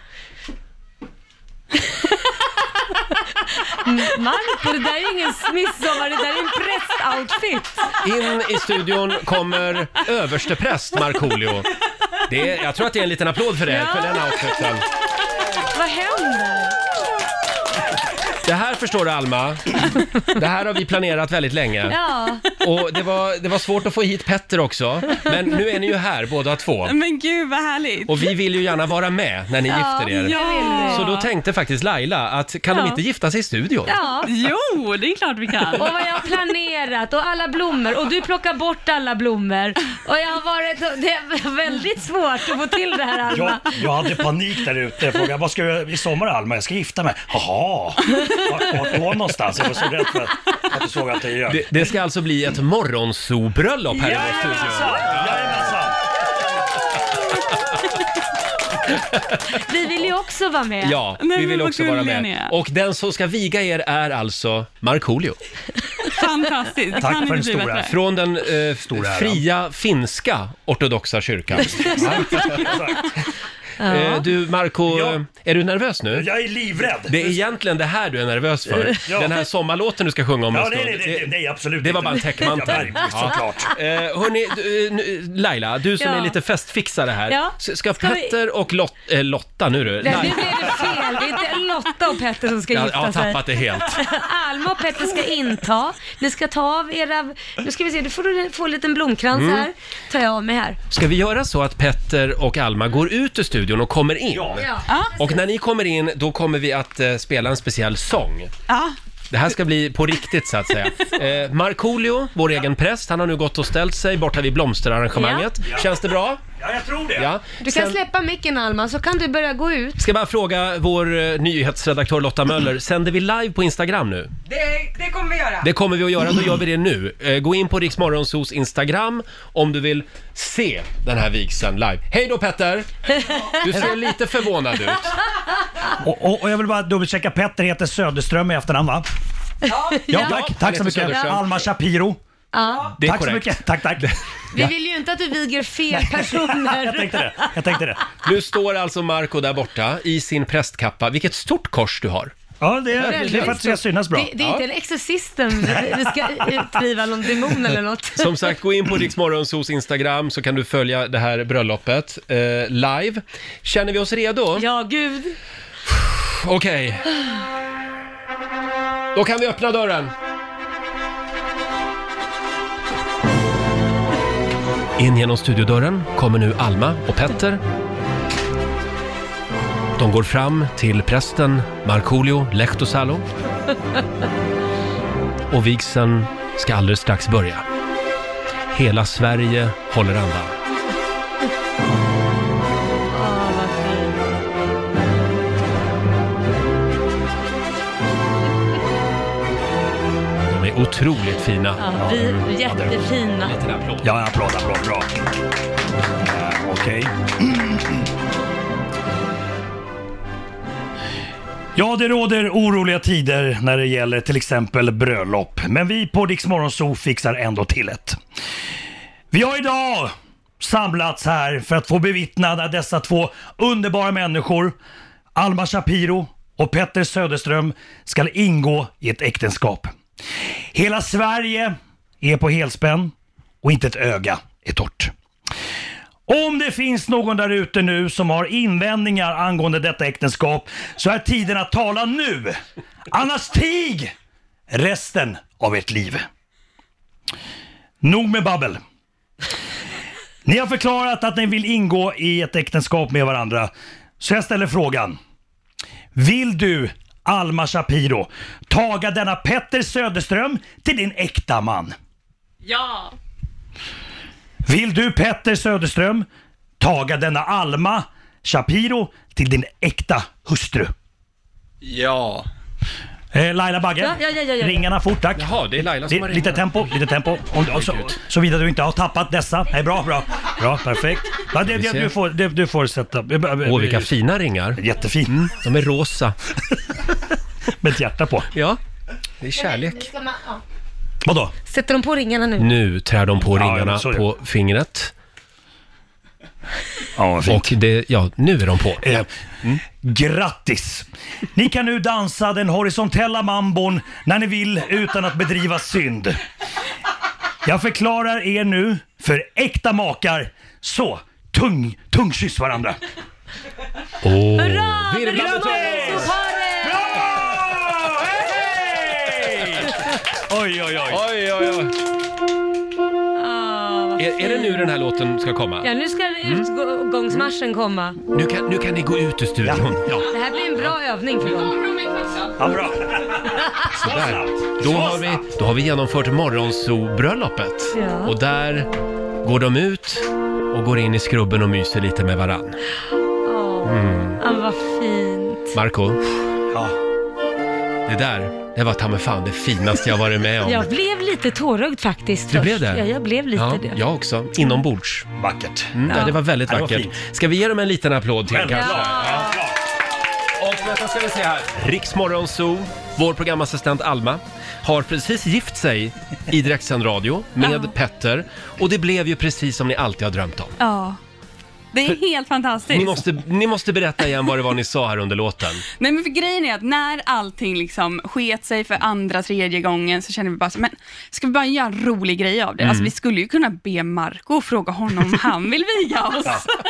Marco, det där är ingen midsommar, det där är en prästoutfit. In i studion kommer överstepräst Markoolio. Det är, jag tror att det är en liten applåd för det, Ja. för den outfiten. Vad händer? Det här förstår du, Alma. Det här har vi planerat väldigt länge. Ja. Och det var, det var svårt att få hit Petter också. Men nu är ni ju här båda två. Men gud vad härligt. Och vi vill ju gärna vara med när ni gifter er. jag vill det. Så då tänkte faktiskt Laila att kan de Ja. inte gifta sig i studion? Ja. Jo, det är klart vi kan. Och vad jag har planerat och alla blommor och du plockar bort alla blommor och jag har varit, det är väldigt svårt att få till det här, Alma. Jag, jag hade panik där ute. Jag frågade, vad ska jag i sommar, Alma? Jag ska gifta mig. Jaha, vart vart då någonstans? Jag var så rädd för att du såg att det gör. Det, det ska alltså bli ett morgonsobröllop här i vår studio. Jajamensan! Vi vill ju också vara med. Ja, Nej, vi men vill vad också vara gulliga ni med. är. Och den som ska viga er är alltså Markoolio. Fantastiskt, det Tack kan för inte den bli stora. bättre. Från den eh, Stor ära. fria finska ortodoxa kyrkan. Eh, du Marco, Ja. eh, är du nervös nu? Jag är livrädd. Det är egentligen det här du är nervös för. Ja. Den här sommarlåten du ska sjunga om en Ja, stund. nej, nej, nej, nej, absolut Det var inte. bara en täckmantel. Ja, såklart. Eh, hörni, du, eh, nu- Laila, du som Ja. är lite festfixare här. Ja. S- Ska, Ska vi- Petter och Lot, eh, Lotta, nu du. Nej, Laila. nu blev det fel. Det är inte Lotta och Petter som ska Jag, gifta jag har sig. tappat det helt. Alma och Petter ska inta. Ni ska ta av era... Nu ska vi se, du får du få en liten blomkrans Mm. här. Tar jag av mig här. Ska vi göra så att Petter och Alma går ut ur studion och kommer in? Ja. Ja. Och när ni kommer in, då kommer vi att eh, spela en speciell sång. Ja, Det här ska bli på riktigt så att säga. Eh, Markoolio, vår egen präst, han har nu gått och ställt sig borta vid blomsterarrangemanget. Ja. Känns det bra? Ja, jag tror det. Ja. Du kan Sen släppa micken, Alma, så kan du börja gå ut. ska jag bara fråga vår eh, nyhetsredaktör Lotta Möller, sänder vi live på Instagram nu? Det, det kommer vi göra. Det kommer vi att göra, då gör vi det nu. Eh, gå in på Rix Morgonzos Instagram om du vill se den här vigseln live. Hej då Petter! Du ser lite förvånad ut. Och, och, och jag vill bara dubbelchecka, Petter heter Söderström i efternamn, va? Ja. Ja, Ja, tack. han Tack så heter mycket. Söderström. Alma Shapiro. Ja. Det är Tack så korrekt. mycket. Tack, tack. Vi vill ju inte att du viger fel personer. Jag tänkte det. Jag tänkte det. Nu står alltså Marco där borta i sin prästkappa. Vilket stort kors du har. Ja, det är, det är för att det ska synas bra. Det, det är inte en exorcisten vi ska utdriva någon demon eller något. Som sagt, gå in på Rix Morgonzos Instagram så kan du följa det här bröllopet eh, live. Känner vi oss redo? Ja, gud. Okej. Då kan vi öppna dörren. In genom studiodörren kommer nu Alma och Petter. De går fram till prästen Markoolio Lehtosalo. Och vigseln ska alldeles strax börja. Hela Sverige håller andan. De är otroligt fina. Ja, vi, jättefina. Ja, en applåd, applåd, bra. Uh, Okej. Okay. Ja, det råder oroliga tider när det gäller till exempel bröllop. Men vi på Rix Morgon Zoo fixar ändå till ett. Vi har idag samlats här för att få bevittna när dessa två underbara människor, Alma Shapiro och Petter Söderström, ska ingå i ett äktenskap. Hela Sverige är på helspänn och inte ett öga är torrt. Om det finns någon där ute nu som har invändningar angående detta äktenskap så är tiden att tala nu. Annars tig resten av ert liv. Nog med babbel. Ni har förklarat att ni vill ingå i ett äktenskap med varandra. Så jag ställer frågan. Vill du, Alma Shapiro, taga denna Petter Söderström till din äkta man? Ja. Vill du, Petter Söderström, taga denna Alma Shapiro till din äkta hustru? Ja. Eh, Laila Bagge, Ja, ja, ja, ja, ja. ringarna fort tack. Jaha, det är Laila som har Lite ringat. tempo, lite tempo. Om, om, så, så vidare du inte har tappat dessa. Nej, bra, bra. Bra, perfekt. Ja, det, Vi det, ser. du, får, det, du får sätta... Åh, vilka fina ringar. Jättefin. Mm, de är rosa. Med ett hjärta på. Ja, det är kärlek. Ska man, ja. Vadå? Sätter de på ringarna nu? Nu trär de på Ja, ringarna men så är det. på fingret. Ja, vad fint. Och det, ja, nu är de på. Eh, Grattis! Ni kan nu dansa den horisontella mambon när ni vill utan att bedriva synd. Jag förklarar er nu för äkta makar. Så, tung, tung kyss varandra. Åh, Hurra! virvla med Grattis! Bra! Hej! Oj, oj, oj. Oj, oj, oj. Ah, vad Är, är det nu den här låten ska komma? Ja, nu ska utgångsmarschen komma. Nu kan, nu kan ni gå ut ur studion. Ja. Det här blir en bra övning för dem. Ja, bra. Sådär. Då har vi, då har vi genomfört morgonzoo-bröllopet. Ja. Och där går de ut och går in i skrubben och myser lite med varann. Mm. Ah, vad fint. Marco, Ja. det där, det var ta mig fan det finaste jag varit med om. Jag blev lite tårögd faktiskt. Du först. blev det? Ja, jag blev lite Ja, det. jag också. Inombords. Vackert. Mm, ja. Ja. Det var väldigt Det var vackert. fint. Ska vi ge dem en liten applåd till Självklart. kanske? Ja. Och vänta ska vi se här. Rix Morgon Zoo, vår programassistent Alma, har precis gift sig i direktsänd radio med Ja. Petter. Och det blev ju precis som ni alltid har drömt om. Ja. Det är helt fantastiskt. Ni måste, ni måste berätta igen vad det var ni sa här under låten. Nej, men för grejen är att när allting liksom sket sig för andra, tredje gången så känner vi bara så, men ska vi bara göra en rolig grej av det? Mm. Alltså vi skulle ju kunna be Marco och fråga honom om han vill viga oss.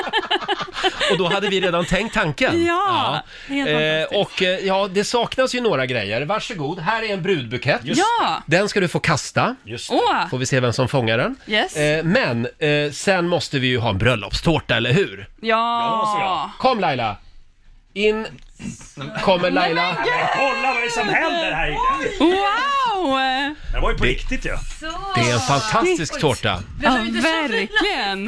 Och då hade vi redan tänkt tanken. Ja, helt Eh, fantastiskt. och eh, ja, det saknas ju några grejer. Varsågod, här är en brudbukett. Ja. Den ska du få kasta. Just det. Åh, Får vi se vem som fångar den. yes. Eh, men eh, sen måste vi ju ha en bröllopstårta, eller hur? Ja. Kom Laila! In kommer Laila. Men kolla vad det är som händer här inne. Wow! Det var ju på riktigt ju. Det är en fantastisk tårta. Ja, verkligen.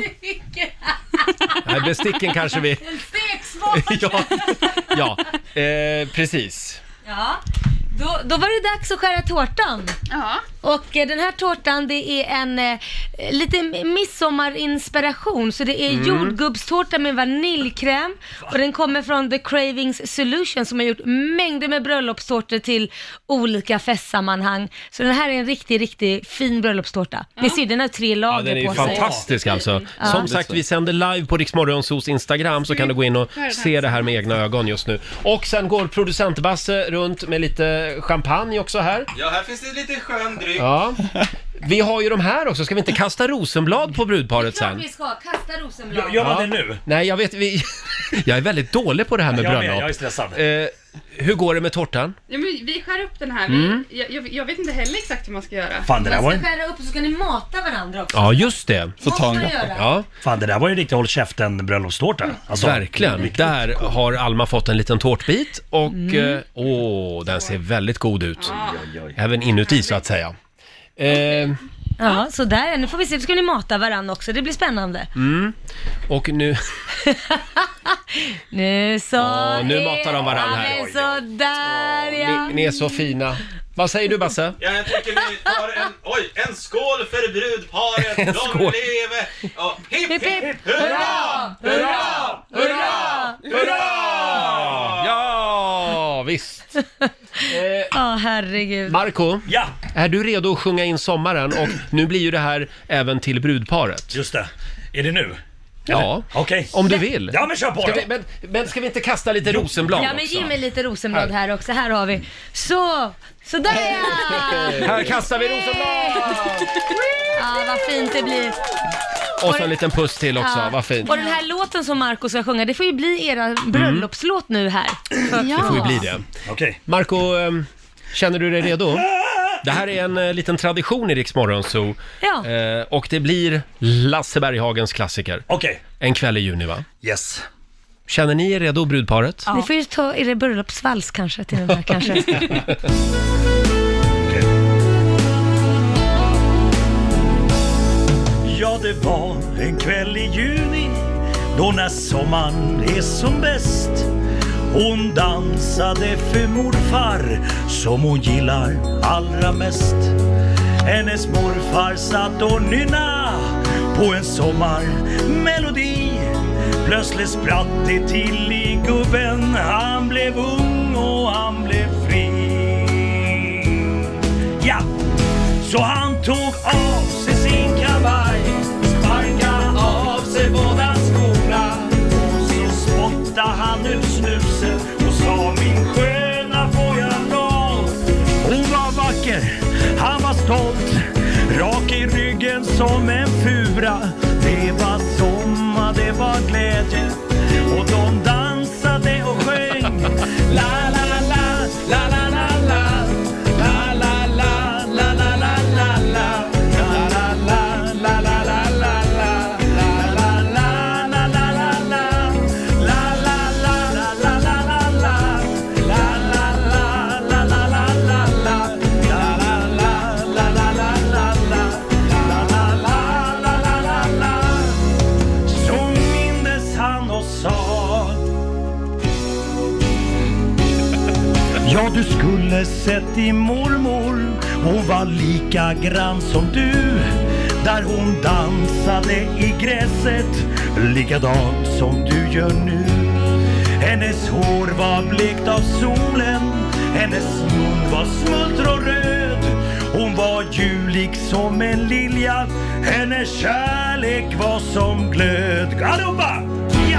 Nej, besticken kanske vi... En steksmak! Ja, ja eh, precis. Ja, då, då var det dags att skära tårtan. Ja. Och eh, den här tårtan, det är en eh, lite midsommarinspiration. Så det är Mm. jordgubbstårta med vaniljkräm. Och den kommer från The Cravings Solution som har gjort mängder med bröllopstårtor till olika festsammanhang. Så den här är en riktigt, riktigt fin bröllopstårta. Ni ser, den har tre Ja, lager den är ju på sig. fantastisk alltså. Ja. Som sagt, vi sänder live på Rix Morgonzoos Instagram, så kan du gå in och se det här med egna ögon just nu. Och sen går producent Basse runt med lite champagne också här. Ja, här finns det lite skön dryck. Ja. Vi har ju de här också, ska vi inte kasta rosenblad på brudparet Klart sen? vi ska kasta rosenblad. Gör man det nu? Nej, jag vet, vi, Jag är väldigt dålig på det här med Jag med, bröllop. jag är stressad. Eh, hur går det med tårtan? Ja, men vi skär upp den här. Mm. Vi, jag, jag, jag vet inte heller exakt hur man ska göra. Fan, det där Man var ska en... skära upp och så ska ni mata varandra också. Ja, just det. Får ta en- Måste man göra. Ja, Fan, det där var ju riktigt håll käften bröllopstårta. Alltså, verkligen. Där har Alma fått en liten tårtbit och Mm. eh, åh, den ser väldigt god ut. Även inuti så att säga. Eh, Ja, så där. Nu får vi se. Då ska ni mata varandra också. Det blir spännande. mm. Och nu... Nu så... Ja, nu matar de varandra här. Ja, men så där ja. Ni, ni är så fina. Vad säger du, Basse? Ja, jag tycker vi tar en, oj, en skål för brudparet. En De skål. lever. Ja, hipp, hipp, hipp, hurra, hurra, hurra, hurra! Ja, visst. Ja, herregud. Marco, ja. Är du redo att sjunga in sommaren? Och nu blir ju det här även till brudparet. Just det. Är det nu? Ja, okej. Om du vill. Ja, men kör på ska då. vi, men, men ska vi inte kasta lite rosenblad Ja, men också? ge mig lite rosenblad här också. Här har vi. Så, så där ja! Här kastar vi rosenblad! Ja, vad fint det blir. Och så en liten puss till också, Ja. vad fint. Och den här låten som Marco ska sjunga, det får ju bli era bröllopslåt nu här. För... Det får ju bli det. Okej. Marco, ehm, känner du dig redo? Det här är en eh, liten tradition i Rix Morgon Zoo. Ja. Eh, och det blir Lasse Berghagens klassiker. Okej. En kväll i juni, va? Yes. Känner ni er redo, brudparet? Ni får ju ta er bröllopsvals kanske till den här kanske. Ja, det var en kväll i juni då när sommaren är som bäst. Hon dansade för morfar som hon gillar allra mest. Hennes morfar satt och nynna på en sommarmelodi. Plötsligt spratt det till i gubben. Han blev ung och han blev fri. Ja, så han tog av sig sin kavaj, sparkade av sig båda skorna. Så spottade han ut snusen och sa: min sköna får jag nå. Hon var vacker, han var stolt, rak i ryggen som en fura. Det var sommar, det var glädje och de dansade och sjöng. La la la, la la la la, la la la, la la la la la, la la la, la la la la la, la la la, la la la la, la la la, la la la la la, la la la, la la la la la, la la la, la la la la, la la la. Så mindes han och sa: ja, du skulle sett din mormor. Hon var lika grann som du. Där hon dansade i gräset, likadant som du gör nu. Hennes hår var blekt av solen, hennes mun var smultr och röd. Hon var julig som en lilja, hennes kärlek var som glöd. Allihopa! Ja!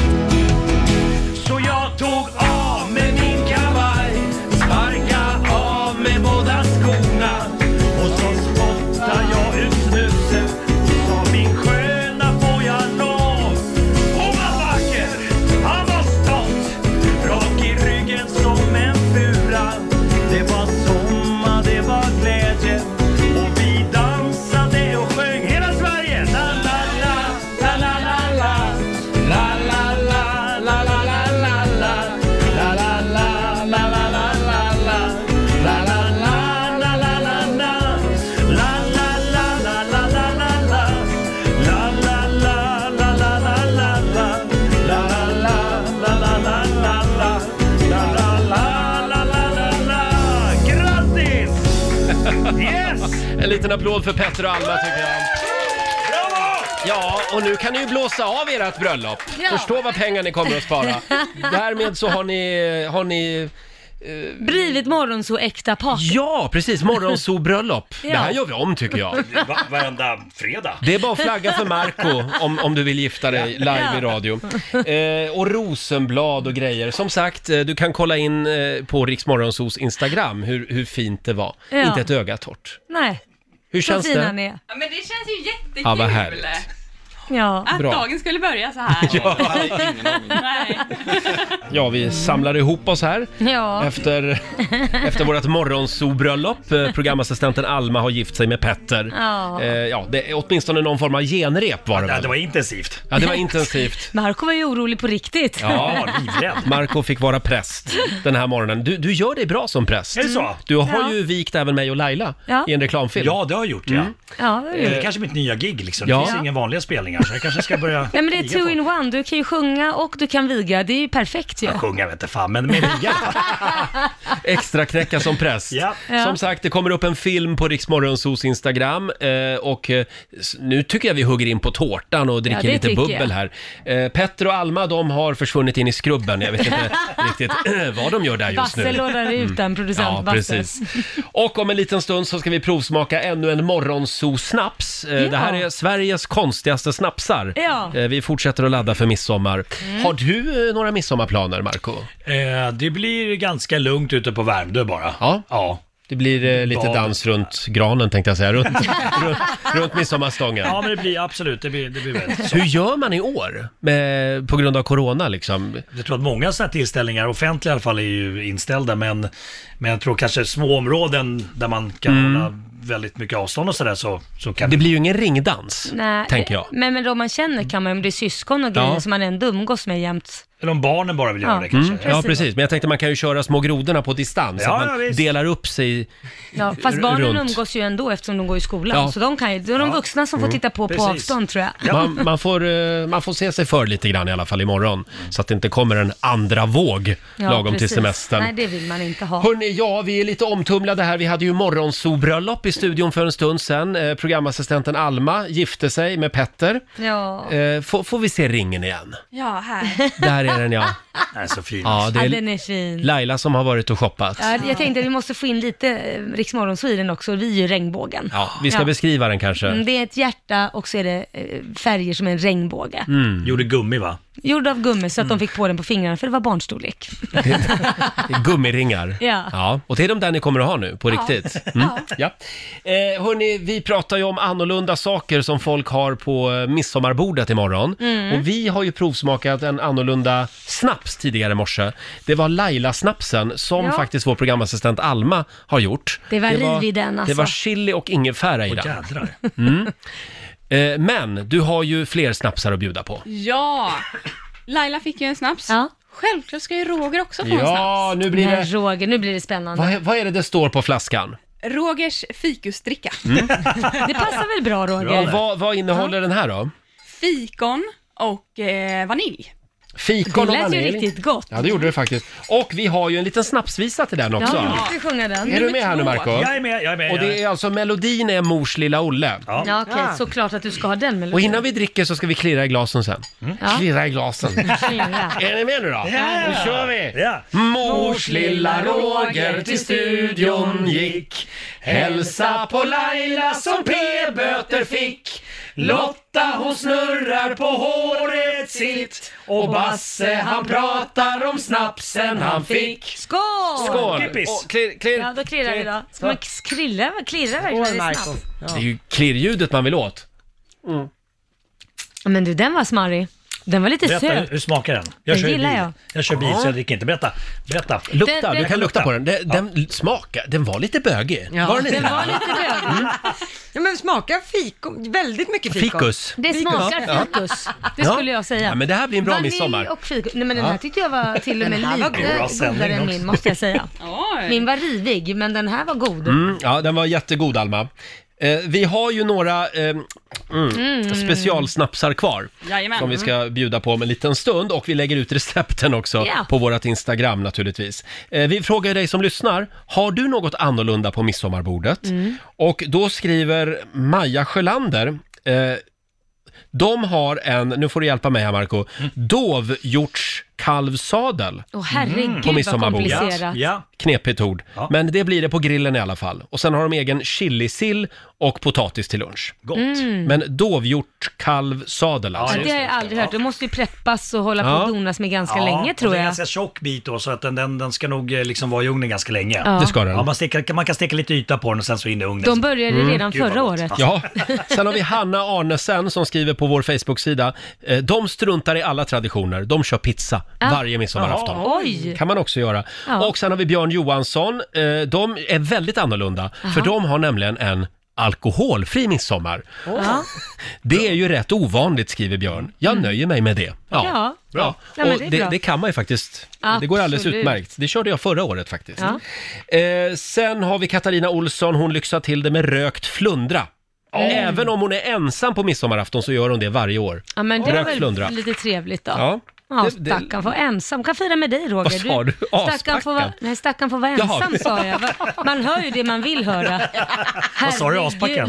Så jag tog av med min kavaj, sparka av med båda skorna. Och så spottade jag ut snusen och sa: min sköna får jag nå. Hon var vacker, han var stolt, rak i ryggen som en fura. Det var sommar, det var glädje och vi dansade och sjöng hela Sverige. La la la, la la la la, la la la, la la la la la, la la la, la la la la la, la la la, la la la la, la la la, la la la la la, la la la, la la la la la, la la la, la la la la la, la la la, la la la la. Grattis! Yes! En liten applåd för Petter och Alma tycker jag. Bravo! Ja, och nu kan ni ju blåsa av ert bröllop. Ja. Förstå vad pengar ni kommer att spara. Därmed så har ni... Har ni Blivit morgon så äkta part. ja, precis. Morgonzoo-bröllop. Ja. Det här gör vi om tycker jag. Va- varenda fredag. Det är bara att flagga för Marco om, om du vill gifta dig live i radio. Eh, och rosenblad och grejer. Som sagt, eh, du kan kolla in eh, på Rix Morgonzoos Instagram hur, hur fint det var. Ja. Inte ett öga torrt. Nej, Hur så känns fina det? ni är. Ja, men det känns ju jättekul. Ja, vad härligt. Ja. Att Bra. dagen skulle börja så här. Ja. Nej. Ja, vi samlar ihop oss här Ja. efter, efter vårt morgonsobröllop. Eh, Programassistenten Alma har gift sig med Petter. Ja. Eh, ja, det är åtminstone någon form av genrep var det Ja, väl? det var intensivt. Ja, det var intensivt. Marco var ju orolig på riktigt. Ja, livrädd. Marco fick vara präst den här morgonen. Du, du gör dig bra som präst. Är det så? Du har Ja. ju vikt även mig och Laila Ja. i en reklamfilm. Ja, det har jag gjort, ja. Mm. Ja, det är Det det. är kanske mitt nya gig liksom. Ja. Det finns inga vanliga spelningar, så jag kanske ska börja Nej, men det är viga two folk. in one. Du kan ju sjunga och du kan viga. Det är ju perfekt ju. Jag sjunger vet inte fan, men med viga. Extra knäcka som präst. Ja. Ja. Som sagt, det kommer upp en film på Rix Morgonzos Instagram eh, och eh, s- nu tycker jag vi hugger in på tårtan och dricker Ja, det lite tycker bubbel här. Eh, Petter och Alma, de har försvunnit in i skrubben. Jag vet inte riktigt vad de gör där just nu. Basse lånar ut en producent. Ja, Basse. precis. Och om en liten stund så ska vi provsmaka ännu en morgonzoo-snaps. Eh, Ja. Det här är Sveriges konstigaste snapsar. Ja. Eh, Vi fortsätter att ladda för midsommar. Mm. Har du eh, några midsommarplaner, Marco? Eh, det blir ganska lugnt ute på Värmdö bara. Ja. Ja. Det blir eh, lite Bad. dans runt granen tänkte jag säga, runt, runt, runt midsommarstången. Ja, men det blir absolut, det blir, det blir väldigt så. Hur gör man i år med, på grund av corona liksom? Jag tror att många sådana här tillställningar, offentliga i alla fall, är ju inställda, men, men jag tror kanske små områden där man kan Mm. hålla väldigt mycket avstånd och sådär, så, så kan Det blir ju ingen ringdans, Nej, tänker jag. Men, men då man känner kan man, om det är syskon och grejer Ja. som man ändå umgås med jämt. Eller om barnen bara vill göra Ja. det kanske. Mm, ja, precis. Men jag tänkte man kan ju köra små grodorna på distans, Ja, så att ja, man visst. delar upp sig Ja, fast barnen runt. umgås ju ändå eftersom de går i skolan. Ja. Så de kan ju, det är de Ja. vuxna som får titta på på Precis. avstånd tror jag. Man, man, får, eh, man får se sig för lite grann i alla fall imorgon, så att det inte kommer en andra våg Ja, lagom precis. till semestern. Nej, det vill man inte ha. Hörrni, ja, vi är lite omtumlade här. Vi hade ju morgonsobröllop i studion för en stund sedan. Eh, programassistenten Alma gifte sig med Petter. Ja, Eh, får, får vi se ringen igen? Ja, här. Där är den, ja. Den är så fin. Ja, det ja är den är fin. Laila som har varit och shoppat. Ja, jag tänkte att vi måste få in lite eh, Rix Morgonzoo i den också. Vi är ju regnbågen. Ja, vi ska Ja. beskriva den kanske. Mm, det är ett hjärta och så är det eh, färger som en regnbåge. Mm. Gjorde gummi va? Gjord av gummi så att de fick på den på fingrarna för det var barnstorlek. Gummiringar. Ja. Ja. Och det är de där ni kommer att ha nu, på Ja. riktigt. Mm. Ja. Eh, hörni, vi pratar ju om annorlunda saker som folk har på eh, midsommarbordet imorgon. Mm. Och vi har ju provsmakat en annorlunda snaps tidigare i morse. Det var Laila-snapsen som Ja. faktiskt vår programassistent Alma har gjort. Det var riv i den, alltså. Det var chili och ingefära i Åh den. jädrar. Mm. Eh, men du har ju fler snapsar att bjuda på. Ja, Laila fick ju en snaps. Ja. Självklart ska ju Roger också få en Ja, snaps. nu blir Nej, det... Roger, nu blir det spännande. Vad, är- vad är det det står på flaskan? Rogers fikusdricka. Det passar väl bra Roger? Och vad, vad innehåller den här då? Fikon och eh, vanilj. Fikon Det och lät ju vanilj. riktigt gott. Ja, det gjorde det faktiskt. Och vi har ju en liten snapsvisa till den också. Ja, vi ska sjunga den. Är du med här nu, Marco? Jag är med, jag är med. Och jag det är... är alltså, melodin är Mors lilla Olle. Ja. Ja, okej, såklart att du ska ha den melodin. Och innan vi dricker så ska vi klirra i glasen sen. Ja. Klirra i glasen. Klirra. Är ni med nu då? Ja. Nu kör vi! Ja. Mors lilla Roger till studion gick, hälsa på Laila som p-böter fick. Lotta hon snurrar på håret sitt och Basse han pratar om snapsen han fick. Skål! Skål! Kippis. Och klirr, klirr. Ja, då klirrar vi då. Ska man krilla, klirra verkligen när det är snabbt? Det är ju klirrljudet man vill åt. Men du, den var smarrig. Den var lite Berätta, söt. hur smakar den? Den kör ju gillar bil. jag. Jag kör bil så jag dricker inte. Berätta. Berätta. Lukta, Den- du den- kan lukta lukta. på den. Den, den smakar, den var lite bögig. Ja. Var den inte Den det? var lite bögig. Ja, men smakar fikon, väldigt mycket fikon. Fikus. Det smakar fikus. Det Ja. skulle jag säga. Ja, men det här blir en bra Vanilj midsommar. och fikus. Nej, men den Ja. här tyckte jag var till och med Den här var lite god. Bra godare sändning än också. min, måste jag säga. Oj. Min var rivig, men den här var god. Mm, ja, den var jättegod, Alma. Eh, vi har ju några eh, mm, specialsnapsar kvar Jajamän. som vi ska bjuda på om en liten stund, och vi lägger ut recepten också Ja. på vårt Instagram naturligtvis. Eh, vi frågar dig som lyssnar, har du något annorlunda på midsommarbordet? Och då skriver Maja Sjölander, eh, de har en, nu får du hjälpa mig här Marco, dovhjorts kalvsadel. Åh herregud på vad midsommarbordet. komplicerat. Ja. Knepigt ord. Ja. Men det blir det på grillen i alla fall. Och sen har de egen chilisill och potatis till lunch. Gott. Mm. Men dovhjort kalvsadel alltså. Ja, det har jag aldrig hört. Det måste ju preppas och hålla på Ja. och donas med ganska Ja, länge och tror det är en jag. ganska tjock bit då, så att den, den, den ska nog eh, liksom vara i ugnen ganska länge. Ja. Det ska den. Ja, man, steker, man kan steka lite yta på den och sen så in i ugnen. De började Mm. redan Gud, vad förra gott. året. Ja, sen har vi Hanna Arnesen som skriver på vår Facebook-sida. Eh, De struntar i alla traditioner. De kör pizza Ja. varje midsommarafton. Jaha, oj. Kan man också göra. Ja. Och sen har vi Björn Johansson. Eh, De är väldigt annorlunda. För de har nämligen en alkoholfri midsommar. Ja. Det är ju rätt ovanligt, skriver Björn. Jag nöjer mig med det. Ja. Ja. Ja, men Och det är det, bra. det kan man ju faktiskt. Det går alldeles Absolut. utmärkt. Det körde jag förra året faktiskt. Ja. Eh, sen har vi Katarina Olsson. Hon lyxar till det med rökt flundra. Även om hon är ensam på midsommarafton så gör hon det varje år. Ja, men det är Rökt väl flundra. lite trevligt då. Ja. Ja, Det- det- stackarn får vara ensam. Kan fira med dig, Roger. Vad sa du? Stackarn får vara, Aspackan? nej, stackarn får vara Jaha. ensam, sa jag. Va- Man hör ju det man vill höra. Vad sa du, Herregud. aspackan?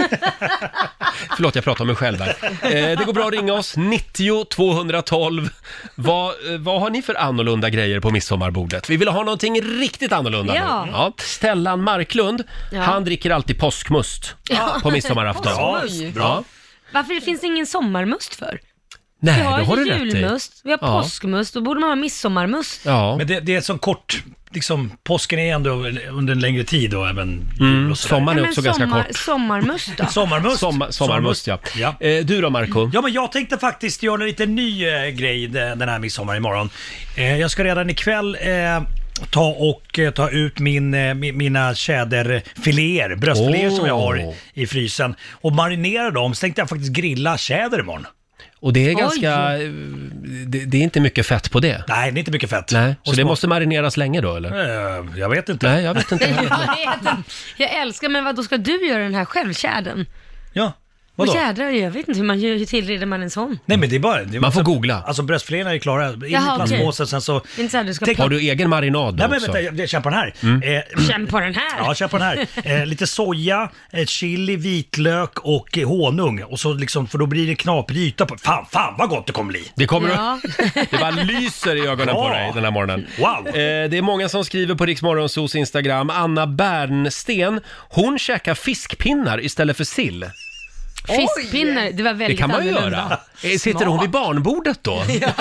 Förlåt, jag pratar om mig själv här. Eh, det går bra att ringa oss, nittio tvåhundratolv. Vad, eh, vad har ni för annorlunda grejer på midsommarbordet? Vi vill ha någonting riktigt annorlunda Ja. nu. Ja. Stellan Marklund, Ja. han dricker alltid påskmust på midsommarafton. Ja, Oj. bra. Varför det finns ingen sommarmust för? Nej, Vi har det har ju du rätt i. julmust, vi har Ja. påskmust, då borde man ha midsommarmust. Ja. Men det, det är så kort, liksom, påsken är ändå under en längre tid och även jul Mm, och sådär. sommaren är Men också ganska sommar, kort. sommarmust då? Sommarmust. Sommar, sommarmust, ja. Ja. Eh, du då, Marco? Ja, men jag tänkte faktiskt göra en lite ny eh, grej de- den här midsommar imorgon. Eh, jag ska redan ikväll eh, ta och eh, ta ut min, eh, mi- mina tjäderfiléer, bröstfiléer som jag har i, i frysen och marinera dem. Så tänkte jag faktiskt grilla tjäder imorgon. Och det är Oj. ganska... eh, Det, det är inte mycket fett på det. Nej, det är inte mycket fett. Nej, så Och det små- måste marineras länge då, eller? Eh, jag vet inte. Nej, jag vet inte. Jag vet inte. Jag älskar, men vad då ska du göra den här själv, tjädern? Ja, Och vadå? tjädrar, jag vet inte hur man gör, hur tillreder man en sån? Nej, men det är bara... Det är Man får googla. Alltså bröstfiléerna är klara. In i Jaha, okej. plastpåsen, sen så... Det är inte så här du ska Tänk- Har du egen marinad då Nej, men också? vänta, jag, jag känner på den här. Mm. Eh, känn på den här. Ja, känn på den här. Eh, lite soja, eh, chili, vitlök och eh, honung. Och så liksom, för då blir det knaprig yta på. Fan, fan vad gott det kommer bli. Det kommer Ja. det bara lyser i ögonen på Ja. dig den här morgonen. Wow. Eh, det är många som skriver på Rix Morgonzos Instagram. Anna Bernsten, hon käkar fiskpinnar istället för sill. Fiskpinnar, det var Det väldigt kan man ju annorlunda. göra. Eh, Sitter hon vid barnbordet då?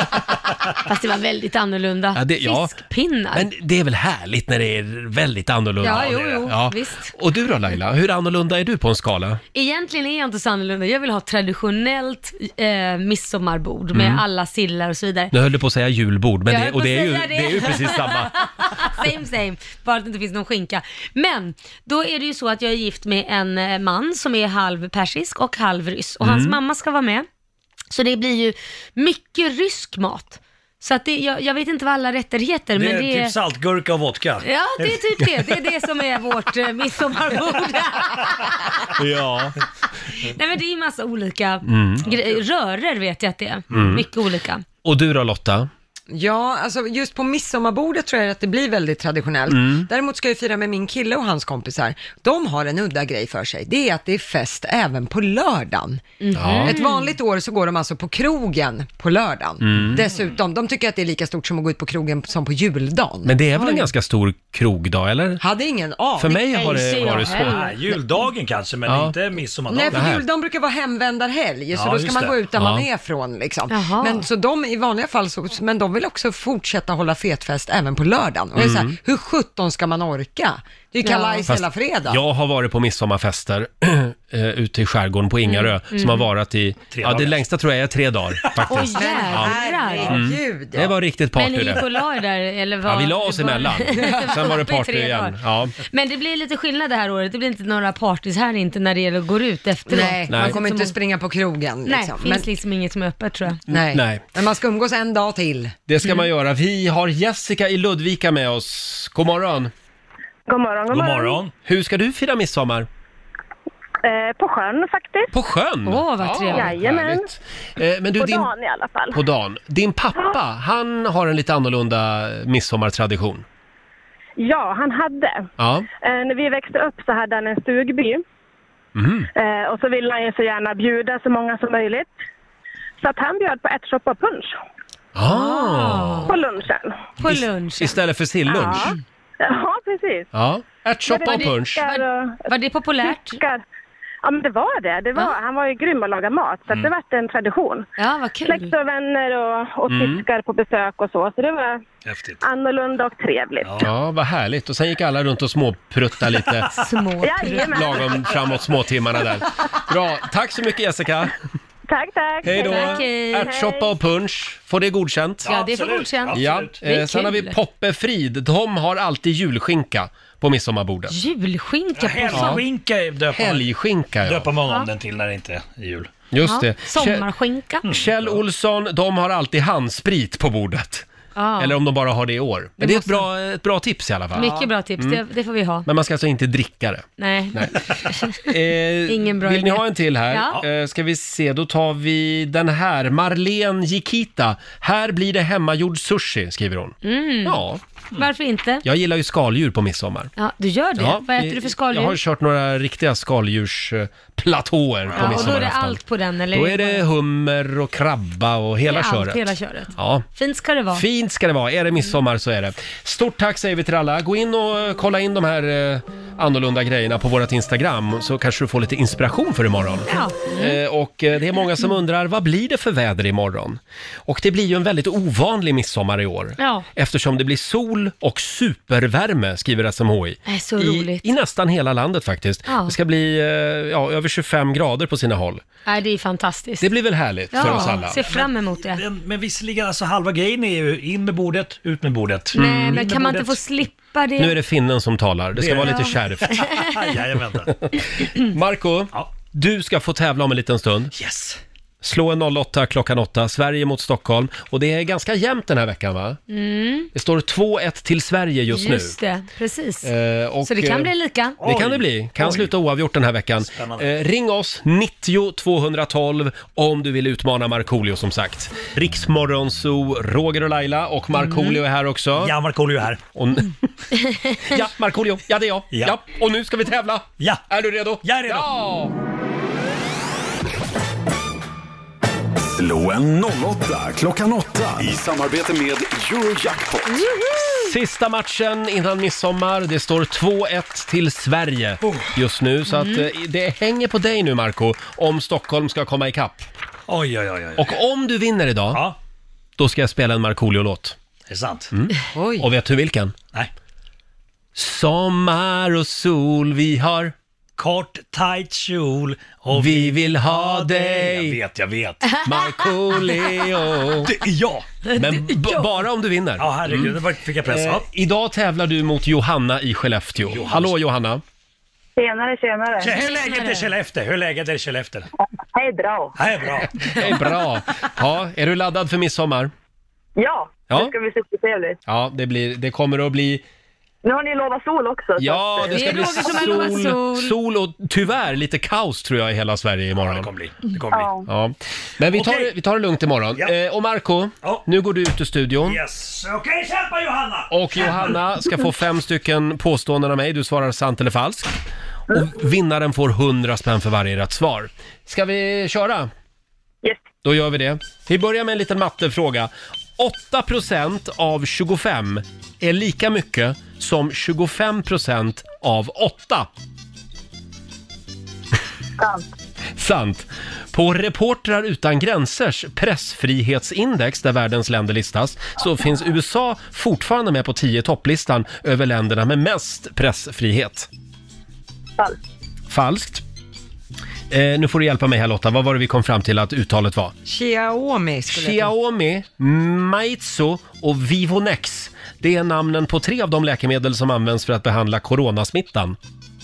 Fast det var väldigt annorlunda. Ja, det- ja. Fiskpinnar. Men det är väl härligt när det är väldigt annorlunda? Ja, jo, jo, visst. Och du då Laila, hur annorlunda är du på en skala? Egentligen är jag inte så annorlunda. Jag vill ha traditionellt eh, midsommarbord med Mm. alla sillar och så vidare. Nu höll du på att säga julbord, men Jag det, höll på och det att är, ju, säga det. det är ju precis samma. Same same, bara att det inte finns någon skinka. Men då är det ju så att jag är gift med en eh, man som är halv persisk och halv ryss. Och hans Mm. mamma ska vara med. Så det blir ju mycket rysk mat. Så att det, jag, jag vet inte vad alla rätter heter, Det är men det är... typ saltgurka och vodka. Ja, det är typ det. Det är det som är vårt eh, midsommarbord. Ja. Nej, men det är ju massa olika Mm. gre- rörer vet jag att det är. Mm. Mycket olika. Och du då Lotta? Ja, alltså just på midsommarbordet tror jag att det blir väldigt traditionellt. Mm. Däremot ska jag fira med min kille och hans kompisar. De har en udda grej för sig. Det är att det är fest även på lördagen. Ja. Ett vanligt år så går de alltså på krogen på lördagen. Mm. Dessutom, de tycker att det är lika stort som att gå ut på krogen som på juldagen. Men det är väl en ganska stor krogdag, eller? Hade ingen aning. För mig har Nej, det ser jag varit heller. svårt. Nej, juldagen kanske, men Ja. inte midsommardagen. Nej, för Nej. juldagen brukar vara hemvändarhelg, så Ja, då ska just man det. gå ut där Ja. man är från liksom. Jaha. Men så de i vanliga fall, så, men de vill också fortsätta hålla fetfest även på lördagen. Och jag är så här, hur sjutton ska man orka? Det är ju Ja. kalajs Fast hela fredag. Jag har varit på midsommarfester eh, ute i skärgården på Ingarö som har varit i, Tre ja det dagar. längsta tror jag är tre dagar Oj faktiskt. jävlar. Herregud. Det var riktigt Men party ni gick det. och la er där, eller vad? Ja, vi la oss Det var- emellan. Sen var det Uppe i party tre igen. dagar. Ja. Men det blir lite skillnad det här året. Det blir inte några partys här inte när det gäller att gå ut efteråt. Nej, Nej. man kommer inte Som- springa på krogen Nej, liksom. finns Men, liksom inget som är öppet tror jag. nej. Nej. Men man ska umgås en dag till. Det ska man göra. Vi har Jessica i Ludvika med oss. God morgon. God morgon, god God morgon. morgon. Hur ska du fira midsommar? Eh, på sjön faktiskt. På sjön? Åh, vad trevligt. Jajamän. härligt. Eh, Men du, På din, dagen i alla fall. på dagen. Din pappa, han har en lite annorlunda midsommartradition. Ja, han hade. Ja. Eh, när vi växte upp så hade han en stugby. Mm. Eh, och så ville han ju så gärna bjuda så många som möjligt. Så att han bjöd på ärtsoppa och punsch. Ah. På lunchen. På lunchen. Istället för sillunch? Ja, ja precis. Ja, ärtsoppa och Det punsch. var, var det populärt? Fiskar. Ja, men det var det. det var, Ja. Han var ju grym att laga mat, så att det var en tradition. Ja, vad kul. Släkt och vänner och, och Mm. fiskar på besök och så. Så det var Häftigt. annorlunda och trevligt. Ja, vad härligt. Och sen gick alla runt och småprutta lite Jajamän. lagom framåt småtimmarna där. Bra, tack så mycket Jessica. Tack, tack. Hej då. Tack, hej. Ärtsoppa och punsch, får det godkänt? Ja, det får godkänt. Ja, Det är eh, sen har vi kul. Poppe Frid. De har alltid julskinka på midsommarbordet. Julskinka på Helgskinka döper Helgskinka, ja. döper man om Ja. den till när det inte är jul. Just det. Sommarskinka. Kjell, Kjell Olsson, de har alltid handsprit på bordet. Ja. Eller om de bara har det i år. Men Det det är ett måste- bra, ett bra tips i alla fall. Mycket bra tips, Mm. det, det får vi ha. Men man ska alltså inte dricka det. Nej. Eh, Ingen bra vill ni idé. ha en till här? Ja. Eh, ska vi se, då tar vi den här. Marlene Gikita. Här blir det hemmagjord sushi, skriver hon. Mm. Ja, Varför inte? jag gillar ju skaldjur på midsommar. Ja, du gör det? Vad äter eh, du för skaldjur? Jag har kört några riktiga skaldjursplatåer på Ja, och då är det midsommarafton. allt på den, eller? Då är det hummer och krabba och hela Det är allt, köret. hela köret. Ja. Fint ska det vara. Fint ska det vara. Är det midsommar så är det. Stort tack säger vi till alla. Gå in och eh, kolla in de här eh, annorlunda grejerna på vårt Instagram så kanske du får lite inspiration för imorgon. Ja. Eh, och eh, det är många som undrar, vad blir det för väder imorgon? Och det blir ju en väldigt ovanlig midsommar i år. Ja. Eftersom det blir sol och supervärme, skriver S M H I. Det är så I, roligt. I nästan hela landet faktiskt. Ja. Det ska bli eh, ja, över tjugofem grader på sina håll. Nej, det är fantastiskt. Det blir väl härligt för oss alla. Ja, ser fram emot det. Men, men visserligen, alltså halva grejen är ju in med bordet, ut med bordet. Nej, In men med kan man inte bordet. få slippa det? Nu är det finnen som talar. Det ska Det är vara det. lite kärvt. Jajamän. Marco, du ska få tävla om en liten stund. Yes. Slå en noll åtta klockan åtta, Sverige mot Stockholm. Och det är ganska jämnt den här veckan, va? Mm. Det står två ett till Sverige just, Just det, precis. nu. Eh, och, Så det kan eh, bli lika. Det kan det bli. Kan Oj. sluta oavgjort den här veckan. Eh, ring oss, nittio tvåhundratolv, om du vill utmana Markoolio som sagt. Riksmorgonzoo, Roger och Laila och Markoolio är här också. Ja, Markoolio är här. Och ja, Markoolio, ja det är jag. Ja. Ja. Och nu ska vi tävla. Ja. Är du redo? Jag är redo. Ja! Slå en noll åtta klockan åtta i samarbete med Eurojackpot. Sista matchen innan midsommar. Det står två ett till Sverige just nu. Så att Mm. eh, det hänger på dig nu, Marco, om Stockholm ska komma ikapp. Oj, oj, oj. oj. Och om du vinner idag, Ja, då ska jag spela en Markoolio-låt. det är sant. Oj. Och vet du vilken? Nej. Sommar och sol vi har, Kort, tight kjol och vi vill ha Jag dig, vet, jag vet. Markoolio. Det är jag. Men b- bara om du vinner. Ja, herregud, det var- fick jag press. Eh, Ja. idag tävlar du mot Johanna i Skellefteå. Hallå Johanna. Tjenare, tjenare. Tja, Hur är läget i Skellefteå? Hur är läget i Skellefteå? Hej, bra. Det är bra. Det är bra. Ja, är du laddad för midsommar? Ja, Ja. det ska bli supertrevligt. Ja, det, blir, det kommer att bli... Nu har ni lovat sol också. så Ja, att, det eh, ska Det är bli Roger som har lovat sol, sol. sol och tyvärr lite kaos tror jag i hela Sverige Ja, imorgon. det kommer bli. Det kommer bli. Ja. Ja. Men vi tar, Okej. vi tar det lugnt imorgon. Ja. Eh, och Marco, Ja. nu går du ut ur studion. Yes. Okej, kämpa Johanna! Och Johanna ska få fem stycken påståenden av mig. Du svarar sant eller falskt. Och vinnaren får hundra spänn för varje rätt svar. Ska vi köra? Yes. Då gör vi det. Vi börjar med en liten mattefråga. åtta procent av tjugofem är lika mycket som tjugofem procent av åtta. Sant. Sant. På Reportrar utan gränsers pressfrihetsindex, där världens länder listas, så finns U S A fortfarande med på tio topplistan över länderna med mest pressfrihet. Falskt. Falskt. Eh, nu får du hjälpa mig här Lotta, vad var det vi kom fram till att uttalet var? Xiaomi skulle jag tro. Xiaomi, Meizu och Vivonex. Det är namnen på tre av de läkemedel som används för att behandla coronasmittan.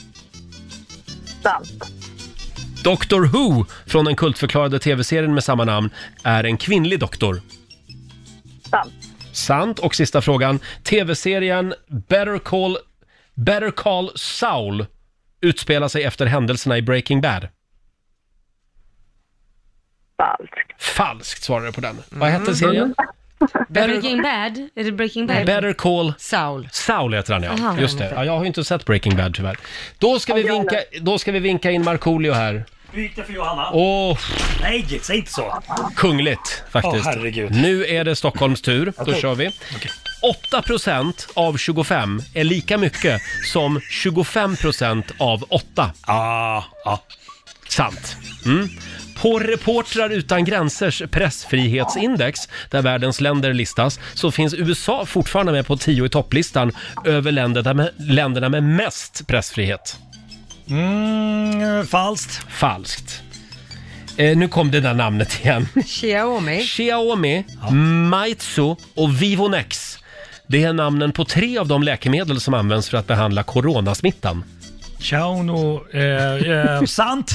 Sant. doktor Who från den kultförklarade tv-serien med samma namn är en kvinnlig doktor. Sant. Sant. Och sista frågan. tv-serien Better Call, Better Call Saul utspelar sig efter händelserna i Breaking Bad. Falskt. Falskt svarar du på den. Vad hette serien? Breaking Bad? Är det Breaking Bad? Better Call Saul. Saul heter han, ja. Aha. Just det. Ja, jag har ju inte sett Breaking Bad tyvärr. Då ska vi vinka, då ska vi vinka in Markoolio här. Hur gick det för Johanna? Åh, Nej, säg inte så. kungligt faktiskt. Åh, herregud. Nu är det Stockholms tur. Då Okej. kör vi. åtta procent av tjugofem är lika mycket som tjugofem procent av åtta. Ah, ja. Sant. Mm. På Reportrar utan gränsers pressfrihetsindex, där världens länder listas, så finns U S A fortfarande med på tio i topplistan över länderna med, länderna med mest pressfrihet. Mm, falskt. Falskt. Eh, nu kom det där namnet igen. Xiaomi. Xiaomi, Meizu och Vivonex. Det är namnen på tre av de läkemedel som används för att behandla coronasmittan. Xiaono, eh, eh, sant.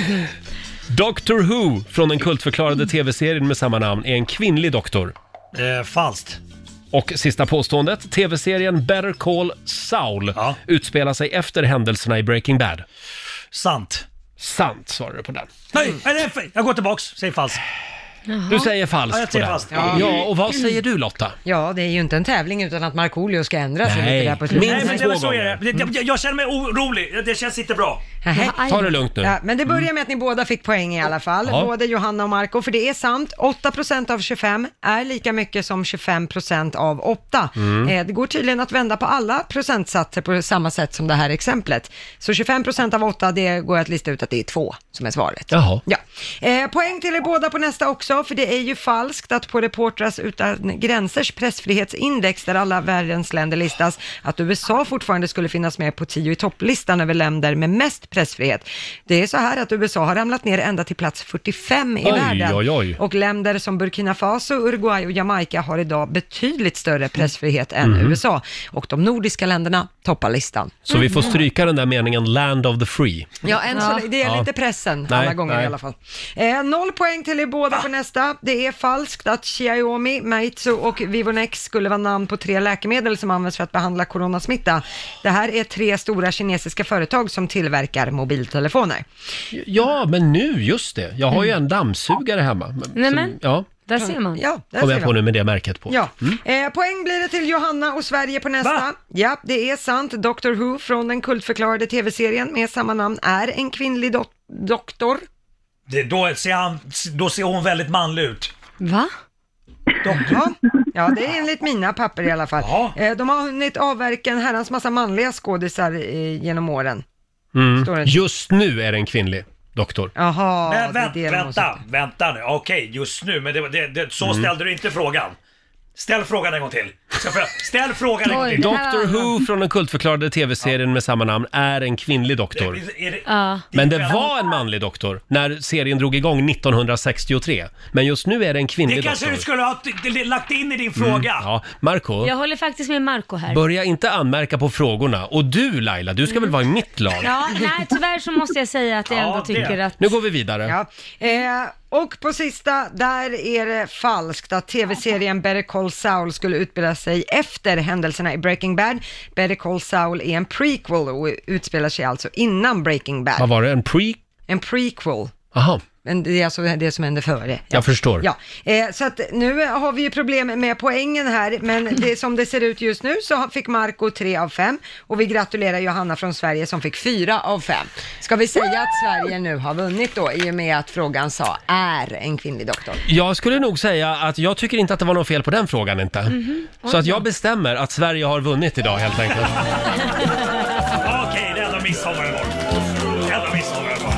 Doctor Who från den kultförklarade tv-serien med samma namn är en kvinnlig doktor. Eh, falskt. Och sista påståendet, tv-serien Better Call Saul Ja. utspelar sig efter händelserna i Breaking Bad. Sant. Sant svarar du på den. Nej, nej, nej, nej, jag går tillbaks. Säg falskt. Du säger falskt Ja, jag på säger den. falskt. Ja. ja, och vad säger du Lotta? Ja, det är ju inte en tävling utan att Markoolio ska ändra sig Nej, lite där på slutet. minst Nej, men det två var så är gånger. det. Jag, jag, jag känner mig orolig. Det känns inte bra. Ta det lugnt nu. Ja, men det börjar med att ni båda fick poäng i alla fall, Ja. både Johanna och Marco, för det är sant, åtta procent av tjugofem är lika mycket som tjugofem procent av åtta. Mm. Eh, det går tydligen att vända på alla procentsatser på samma sätt som det här exemplet. Så tjugofem procent av åtta, det går att lista ut att det är två som är svaret. Jaha. Ja. Eh, poäng till er båda på nästa också, för det är ju falskt att på Reportras utan gränsers pressfrihetsindex, där alla världens länder listas, att U S A fortfarande skulle finnas med på tio i topplistan över länder med mest pressfrihet. Det är så här att U S A har ramlat ner ända till plats fyrtiofem i Oj, världen. oj, oj. Och länder som Burkina Faso, Uruguay och Jamaica har idag betydligt större pressfrihet än Mhm. U S A. Och de nordiska länderna toppar listan. Så vi får stryka den där meningen Land of the Free. Ja, än så, det gäller Ja. inte pressen Nej, alla gånger nej. i alla fall. Eh, noll poäng till er båda på nästa. Det är falskt att Xiaomi, Meizu och Vivonex skulle vara namn på tre läkemedel som används för att behandla coronasmitta. Det här är tre stora kinesiska företag som tillverkar mobiltelefoner. Ja, men nu, just det. Jag har ju en dammsugare hemma. Nej, Som- men. Ja, Där ser man. Ja, där kom ser jag på man. nu med det märket på. Ja, eh, poäng blir det till Johanna och Sverige på nästa. Va? Ja, det är sant. Doctor Who från den kultförklarade tv-serien med samma namn är en kvinnlig do- doktor. Det, då, ser han, då ser hon väldigt manlig ut. Va? Ja, ja, det är enligt mina papper i alla fall. Ja. Eh, de har hunnit avverka en herrans massa manliga skådisar eh, genom åren. Mm. Står det. Just nu är det en kvinnlig doktor. Jaha, Men det är vänt, det de har vänta, sagt. vänta nu. Okej, just nu. Men det, det, det, så Mm. ställde du inte frågan. Ställ frågan en gång till. Ska jag fråga- Ställ frågan en gång Oj, till. det här- Doctor Who från den kultförklarade tv-serien med samma namn är en kvinnlig doktor. Är, är det, Ja. Men det var en manlig doktor när serien drog igång nittonhundrasextiotre. Men just nu är det en kvinnlig det kanske doktor. du skulle ha t- t- lagt in i din fråga. Mm, ja, Marco, Jag håller faktiskt med Marco här. börja inte anmärka på frågorna. Och du Laila, du ska väl vara i mitt lag? Ja, nej, tyvärr så måste jag säga att jag Ja, ändå det. tycker att... Nu går vi vidare. Ja. Eh, och på sista, där är det falskt att tv-serien Better Call Saul skulle utspela sig efter händelserna i Breaking Bad. Better Call Saul är en prequel och utspelar sig alltså innan Breaking Bad. Vad var det? En pre... En prequel. Aha, Men det är alltså det som hände före. Ja. jag förstår. Ja, eh, så att nu har vi ju problem med poängen här, men det, som det ser ut just nu så fick Marco tre av fem och vi gratulerar Johanna från Sverige som fick fyra av fem. Ska vi säga att Sverige nu har vunnit då i och med att frågan sa är en kvinnlig doktor? Jag skulle nog säga att jag tycker inte att det var något fel på den frågan inte. Mhm. Så att jag bestämmer att Sverige har vunnit idag helt enkelt. Okej, det är ändå midsommar imorgon. Det är ändå midsommar imorgon.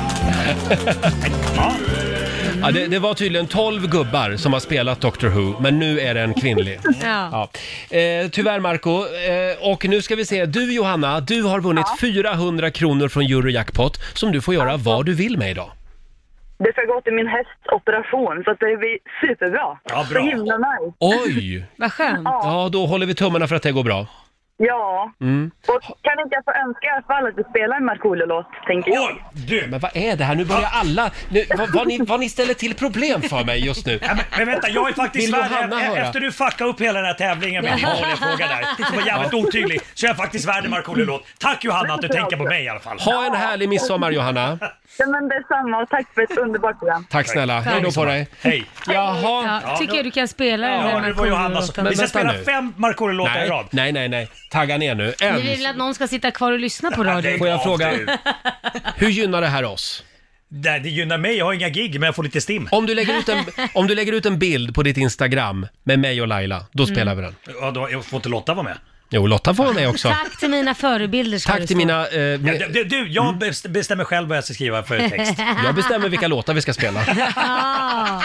Ja. Ja, det, det var tydligen tolv gubbar som har spelat Doctor Who, men nu är det en kvinnlig. Ja. Ja. Eh, tyvärr Marco, eh, och nu ska vi se, du Johanna, du har vunnit fyrahundra kronor från Eurojackpot som du får göra vad du vill med idag. Det ska gå till min hästoperation så att det blir superbra. Ja, bra. Så himla nice. Oj! Vad skönt. Ja, då håller vi tummarna för att det går bra. Ja. Mm. Och kan inte jag få önska i alla fall att vi spelar en Markoolio-låt, tänker jag. Oj, du. Men vad är det här? Nu börjar alla... Nu, vad, vad, ni, vad ni ställer till problem för mig just nu. Ja, men, men vänta, jag är faktiskt Vill värd, Johanna e- höra? efter du fuckade upp hela den här tävlingen med en vanlig fråga där, som var jävligt otydlig, så är jag faktiskt värd en Markoolio-låt. Tack Johanna att du tänker på mig i alla fall. Ha en härlig midsommar Johanna. Ja, men detsamma och tack för ett underbart program. Tack snälla. Hej då på dig. Hej. Jaha. Ja, tycker jag du kan spela den Ja, där nu var Johanna så. Markoolio-låten. Vi ska vänta spela nu. fem Markoolio-låtar i Nej, rad. nej, nej, nej. Tagga ner nu. Ni En. vill att någon ska sitta kvar och lyssna på radio? Får jag fråga, Ja, hur gynnar det här oss? Det, det gynnar mig, jag har inga gig, men jag får lite stim. Om du lägger ut en, om du lägger ut en bild på ditt Instagram med mig och Laila, då spelar Mm. vi den. Ja, då, jag får inte Lotta vara med. Jo, Lotta får vara med också. Tack till mina förebilder. ska Tack det till stå. mina... Eh, Ja, du, du, jag best- bestämmer själv vad jag ska skriva för text. jag bestämmer vilka låtar vi ska spela. Ah.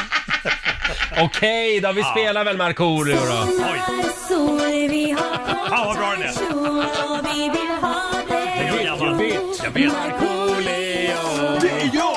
Okej, då vi spelar väl Markoolio då. Oj. vi har Fan vad bra den är. och vi vill ha det. Jag vet, jag vet. Jag vet. Det är jag!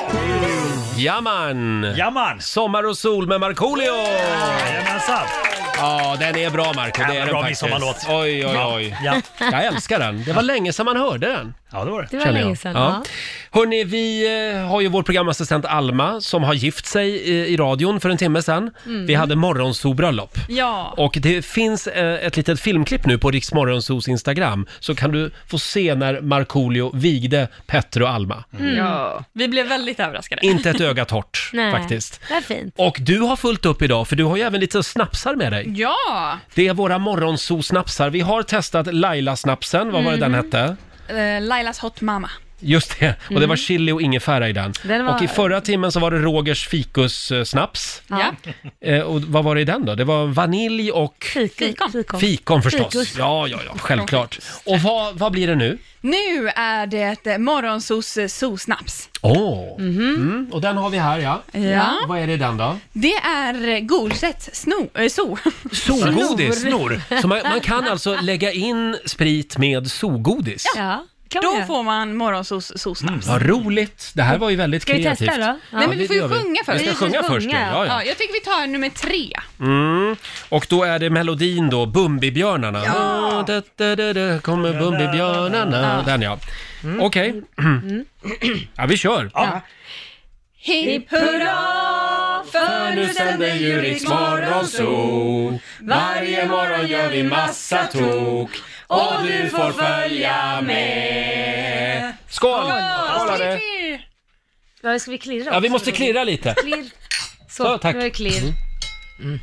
Jaman! Jaman! Sommar och sol med Markoolio! Jajamensan! Ja, den är bra Marco, det Ja, är bra den faktiskt. midsommarlåt. Oj, oj, oj. Ja. Jag älskar den. Det var länge sedan man hörde den. Ja, det var det. Det var känner jag. länge sedan. Ja. Ja. Hörrni, vi eh, har ju vår programassistent Alma som har gift sig i, i radion för en timme sedan. Mm. Vi hade morgonsobröllop. Ja. Och det finns eh, ett litet filmklipp nu på Rix Morgonzos Instagram, så kan du få se när Markoolio vigde Petter och Alma. Mm. Ja. Vi blev väldigt överraskade. Inte ett öga torrt Nej, faktiskt. det är fint. Och du har fullt upp idag, för du har ju även lite snapsar med dig. Ja! Det är våra morgonzoo-snapsar. Vi har testat Laila-snapsen, vad var det den hette? Eh, Lailas Hot Mama. Just det, och det var chili och ingefära i den. Den var- Och i förra timmen så var det Rogers fikus-snaps. Ja. Eh, och vad var det i den då? Det var vanilj och Fikon. Fikon, fikon förstås. Fikus. Ja, ja, ja, självklart. Och vad, vad blir det nu? Nu är det morgonsos zoo-snaps. Åh, mm, och den har vi här ja. Ja. Och vad är det i den då? Det är godset sno, äh, so. Sogodis. Snor. Så man, man kan alltså lägga in sprit med sogodis. Ja, kan Då man göra. får man morgonsos zoo-snaps. Vad roligt. Det här var ju väldigt Ska vi kreativt. testa då? Ja. Nej, men vi får ju det gör sjunga först. Vi ska Vi ska sjunga sjunga, först. Ja, ja. ja. Ja, jag tycker vi tar nummer tre. Mm. Och då är det melodin då, Bumbibjörnarna. Ja. Da, da, da, da, kommer Bumbibjörnarna. Den ja. Okej. Ja, vi kör. Ja. Hipp hurra, för nu sänder ju Rix Morgonzoo. Varje morgon gör vi massa tok och du får följa med. Skål! Ja, Skål, ska hörni. vi- Ja, ska vi klirra Ja, vi också? måste klirra lite. Klirr. Så, Så, tack. nu är det klirr. Mm.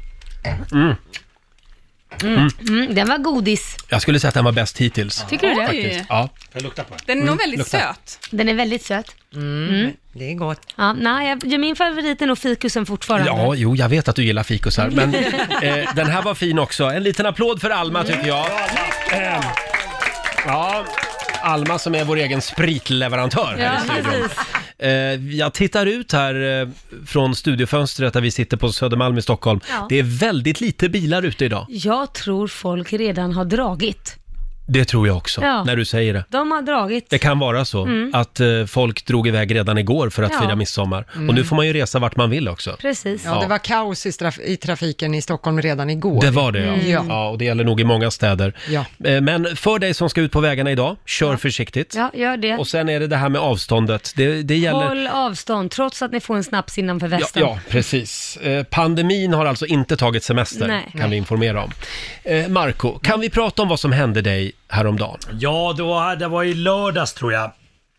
Mm, den var godis. Jag skulle säga att den var bäst hittills. Tycker du det? Faktiskt. Ja. Jag luktar på den. Den är nog väldigt lukta. söt. Den är väldigt söt. Mm. Det är gott. Ja, nej, jag, min favorit är nog fikusen fortfarande. Ja, jo, jag vet att du gillar fikusar, men eh, den här var fin också. En liten applåd för Alma tycker jag. Eh, ja, Alma som är vår egen spritleverantör här Ja, i studion. precis. Eh, jag tittar ut här eh, från studiofönstret där vi sitter på Södermalm i Stockholm. Ja. Det är väldigt lite bilar ute idag. Jag tror folk redan har dragit. Det tror jag också, Ja. när du säger det. De har dragit. Det kan vara så Mm. att eh, folk drog iväg redan igår för att Ja. fira midsommar. Och nu får man ju resa vart man vill också. Precis. Ja, det var kaos i, straf- i trafiken i Stockholm redan igår. Det var det ja. Mm. ja. Och det gäller nog i många städer. Ja. Eh, Men för dig som ska ut på vägarna idag, kör försiktigt. Ja, gör det. Och sen är det det här med avståndet. Det, det gäller... Håll avstånd, trots att ni får en snaps innanför Ja, västen. ja, precis. Eh, pandemin har alltså inte tagit semester, Nej. kan vi informera om. Eh, Marco, kan vi prata om vad som hände dig häromdagen? Ja, det var, det var i lördags tror jag.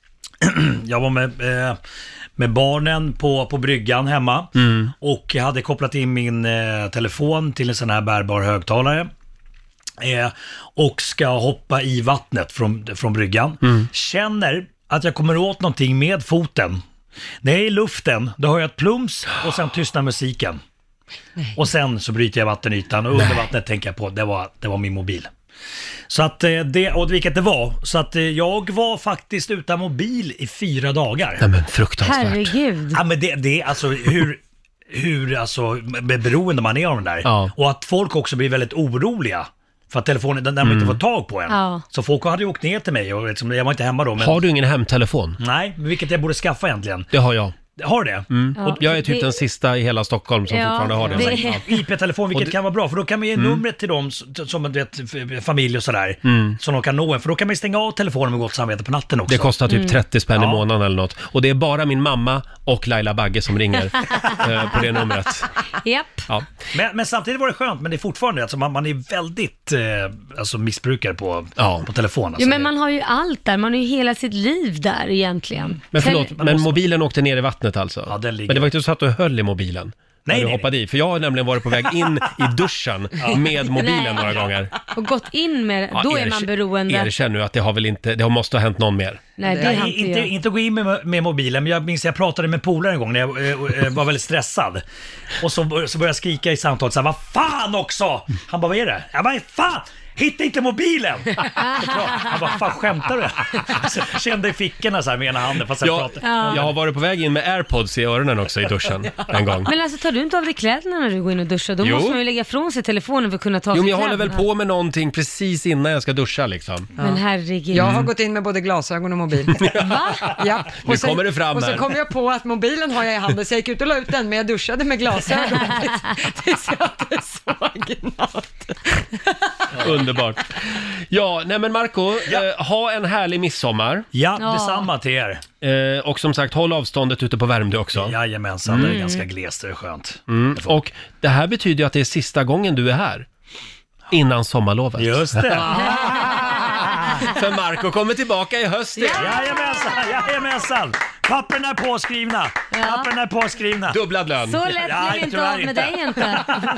Jag var med, eh, med barnen på, på bryggan hemma. Och jag hade kopplat in min eh, telefon till en sån här bärbar högtalare. Eh, och ska hoppa i vattnet från, från bryggan. Känner att jag kommer åt någonting med foten. När jag är i luften, då hör jag ett plums och sen tystnar musiken. Och sen så bryter jag vattenytan och under vattnet tänker jag på, det var, det var min mobil. Så att eh, det, och vilket det var, så att eh, jag var faktiskt utan mobil i fyra dagar. Nej men fruktansvärt. Herregud. Ja men det, det är alltså hur, hur alltså, med beroende man är av den där. Ja. Och att folk också blir väldigt oroliga. För att telefonen, den där man inte får tag på en. Ja. Så folk hade ju åkt ner till mig och liksom, jag var inte hemma då. Men, Har du ingen hemtelefon? Nej, men vilket jag borde skaffa egentligen. Det har jag. Har det? Mm. Ja, jag är typ det- den sista i hela Stockholm som Ja, fortfarande har det. det- Ja. I P-telefon, vilket Och det- kan vara bra, för då kan man ge numret till dem s- som du vet, f- familj och sådär, som de kan nå en, för då kan man ju stänga av telefonen med gott samvete på natten också. Det kostar typ trettio spänn i Ja. månaden eller något. Och det är bara min mamma och Laila Bagge som ringer eh, på det numret. Japp. Ja. Men, men samtidigt var det skönt, men det är fortfarande, alltså man, man är väldigt eh, alltså missbrukare på, Ja. på telefon. Alltså. Jo, men man har ju allt där. Man har ju hela sitt liv där egentligen. Men Sen- förlåt, men mobilen åkte ner i vattnet alltså? Ja, den ligger- Men det var inte så att du höll i mobilen? Nej, nej, du hoppade i. För jag har nämligen varit på väg in i duschen med mobilen Nej. några gånger. Och gått in med, Ja, då är erk- man beroende. Erkänn nu att det har väl inte, det måste ha hänt någon mer. Nej, det Nej, har inte inte, jag. inte gå in med, med mobilen, men jag minns jag pratade med polare en gång när jag eh, eh, var väldigt stressad. Och så, så började jag skrika i samtalet så här, vad fan också! Han bara, vad är det? Jag bara, fan! Hitta inte mobilen! Han bara, fan skämtar du? Så kände i fickorna så här med ena handen fast jag Jag, pratade. Ja. jag har varit på väg in med AirPods i öronen också i duschen en gång. Men alltså tar du inte av dig kläderna när du går in och duschar? Då Jo. måste man ju lägga från sig telefonen för att kunna ta av Jo, men sig jag håller väl kläderna. på med någonting precis innan jag ska duscha liksom. Men herregud. Jag har gått in med både glasögon och mobil. Va? Ja. Nu Och sen, kommer det fram och så här. kom jag på att mobilen har jag i handen, så jag gick ut och la ut den, men jag duschade med glasögon. Tills jag inte såg något. Underbart. Ja, nej men Marco, eh, ha en härlig midsommar. Ja, Ja. detsamma till er. Eh, och som sagt, håll avståndet ute på Värmdö också. Jajamensan, det är ganska glest, det är skönt. Mm. Och det här betyder ju att det är sista gången du är här. Innan sommarlovet. Just det. För Marco kommer tillbaka i höst igen. Jajamensan, jajamensan. Papperna är påskrivna. Papperna är påskrivna. Dubblad lön. Så lätt Ja, blir det inte tyvärr av med inte. dig inte.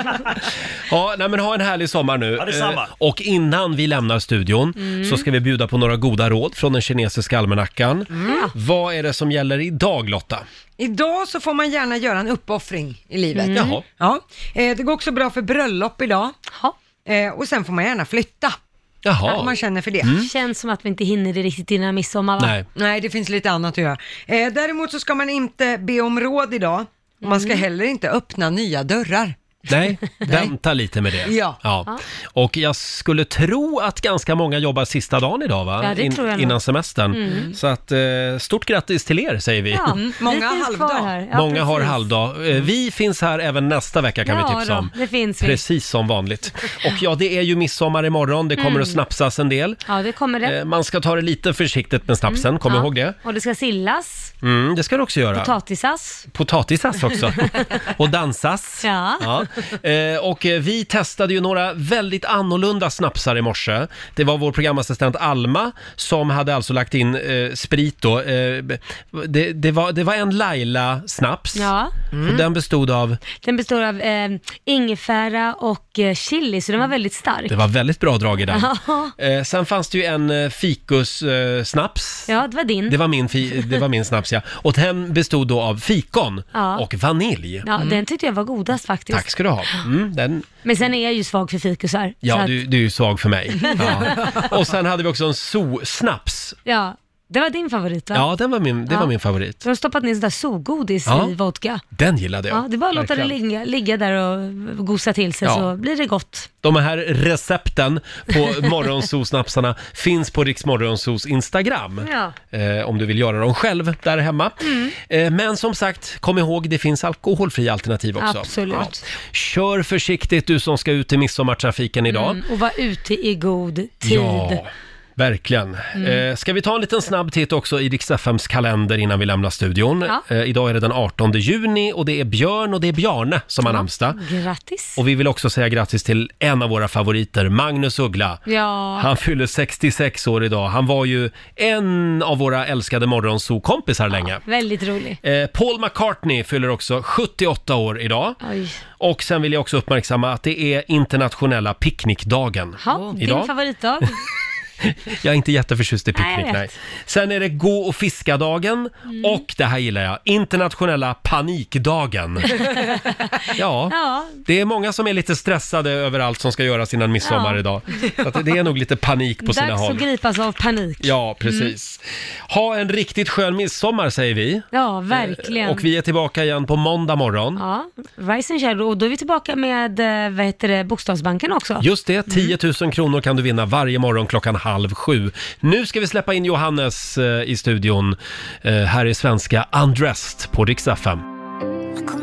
Ja, nej men ha en härlig sommar nu. Ja, detsamma. Eh, och innan vi lämnar studion så ska vi bjuda på några goda råd från den kinesiska almanackan. Vad är det som gäller idag, Lotta? Idag så får man gärna göra en uppoffring i livet. Jaha. Ja. Eh, det går också bra för bröllop idag. Ja. Eh, och sen får man gärna flytta. Jaha. Om man känner för det. Det känns som att vi inte hinner det riktigt innan midsommar, va? Nej. Nej, det finns lite annat att göra. Eh, däremot så ska man inte be om råd idag. Och man ska heller inte öppna nya dörrar. Nej, vänta lite med det. Ja. Ja. Och jag skulle tro att ganska många jobbar sista dagen idag, va? Ja, det tror jag nog. innan semestern. Mm. Så att, eh, stort grattis till er, säger vi. Ja, Mm, många vi finns halvdag. kvar här. Ja, Många har precis. halvdag. Eh, Vi finns här även nästa vecka, kan Ja, vi tipsa då, om. det finns vi. Precis som vanligt. Och ja, det är ju midsommar imorgon. Det kommer Mm. att snapsas en del. Ja, det kommer det. Eh, Man ska ta det lite försiktigt med snapsen, kom Ja. ihåg det. Och det ska sillas, Mm, det ska du också göra. potatisas. Potatisas också. Och dansas. Ja. Ja. Eh, och eh, vi testade ju några väldigt annorlunda snapsar i morse. Det var vår programassistent Alma som hade alltså lagt in eh, sprit då. Eh, det, det, var, det var en Laila-snaps. Ja. Och den bestod av, Den består av eh, ingefära och eh, chili, så den var väldigt stark. det var väldigt bra drag i den. Ja. Eh, sen fanns det ju en eh, fikus-snaps. Ja, det var din. Det var min, fi- det var min snaps, ja. Och den bestod då av fikon Ja. och vanilj. Ja, den tyckte jag var godast faktiskt. Tack ska du ha. Mm, den, Men sen är jag ju svag för fikusar. så ja, att, du, du är ju svag för mig. Ja. Och sen hade vi också en zoo-snaps. ja, det var din favorit, va? Ja, den var min, det Ja. var min favorit. Du har stoppat ner sådär zoogodis Ja. i vodka. Den gillade jag. Ja, det är bara att låta det Verkligen. ligga, ligga där och gosa till sig, Ja. så blir det gott. De här recepten på morgonzoo-snapsarna finns på Rix Morgonzoos Instagram. Ja. Eh, om du vill göra dem själv där hemma. Mm. Eh, men som sagt, kom ihåg, det finns alkoholfria alternativ också. Absolut. Kör försiktigt du som ska ut i midsommartrafiken idag. Mm, och var ute i god tid. Ja, verkligen. Mm. Eh, ska vi ta en liten snabb titt också i Rix F M:s kalender innan vi lämnar studion? Ja. Eh, idag är det den artonde juni och det är Björn och det är Bjarne som har namnsdag. Grattis. Och vi vill också säga grattis till en av våra favoriter, Magnus Uggla. Ja. Han fyller sextiosex år idag. Han var ju en av våra älskade morgonzoo-kompisar länge. Väldigt rolig. Eh, Paul McCartney fyller också sjuttioåtta år idag. Oj. Och sen vill jag också uppmärksamma att det är internationella picknickdagen. Ha, din idag. favoritdag. Jag är inte jätteförtjust i Nej, picknick, jag nej. vet. Sen är det gå och fiska-dagen Mm. och det här gillar jag, internationella panikdagen. Ja, Ja. det är många som är lite stressade över allt som ska göras innan midsommar Ja. idag. Så att det är nog lite panik på sina Dags håll. att gripas av panik. Ja, precis. Ha en riktigt skön midsommar säger vi. Ja, verkligen. Och vi är tillbaka igen på måndag morgon. Ja, Rise and Shine. Och då är vi tillbaka med, eh, vad heter det, Bokstavsbanken också. Just det, tio tusen kronor kan du vinna varje morgon klockan halv sju. Nu ska vi släppa in Johannes eh, i studion. Eh, här är svenska Undressed på Rix F M. Kom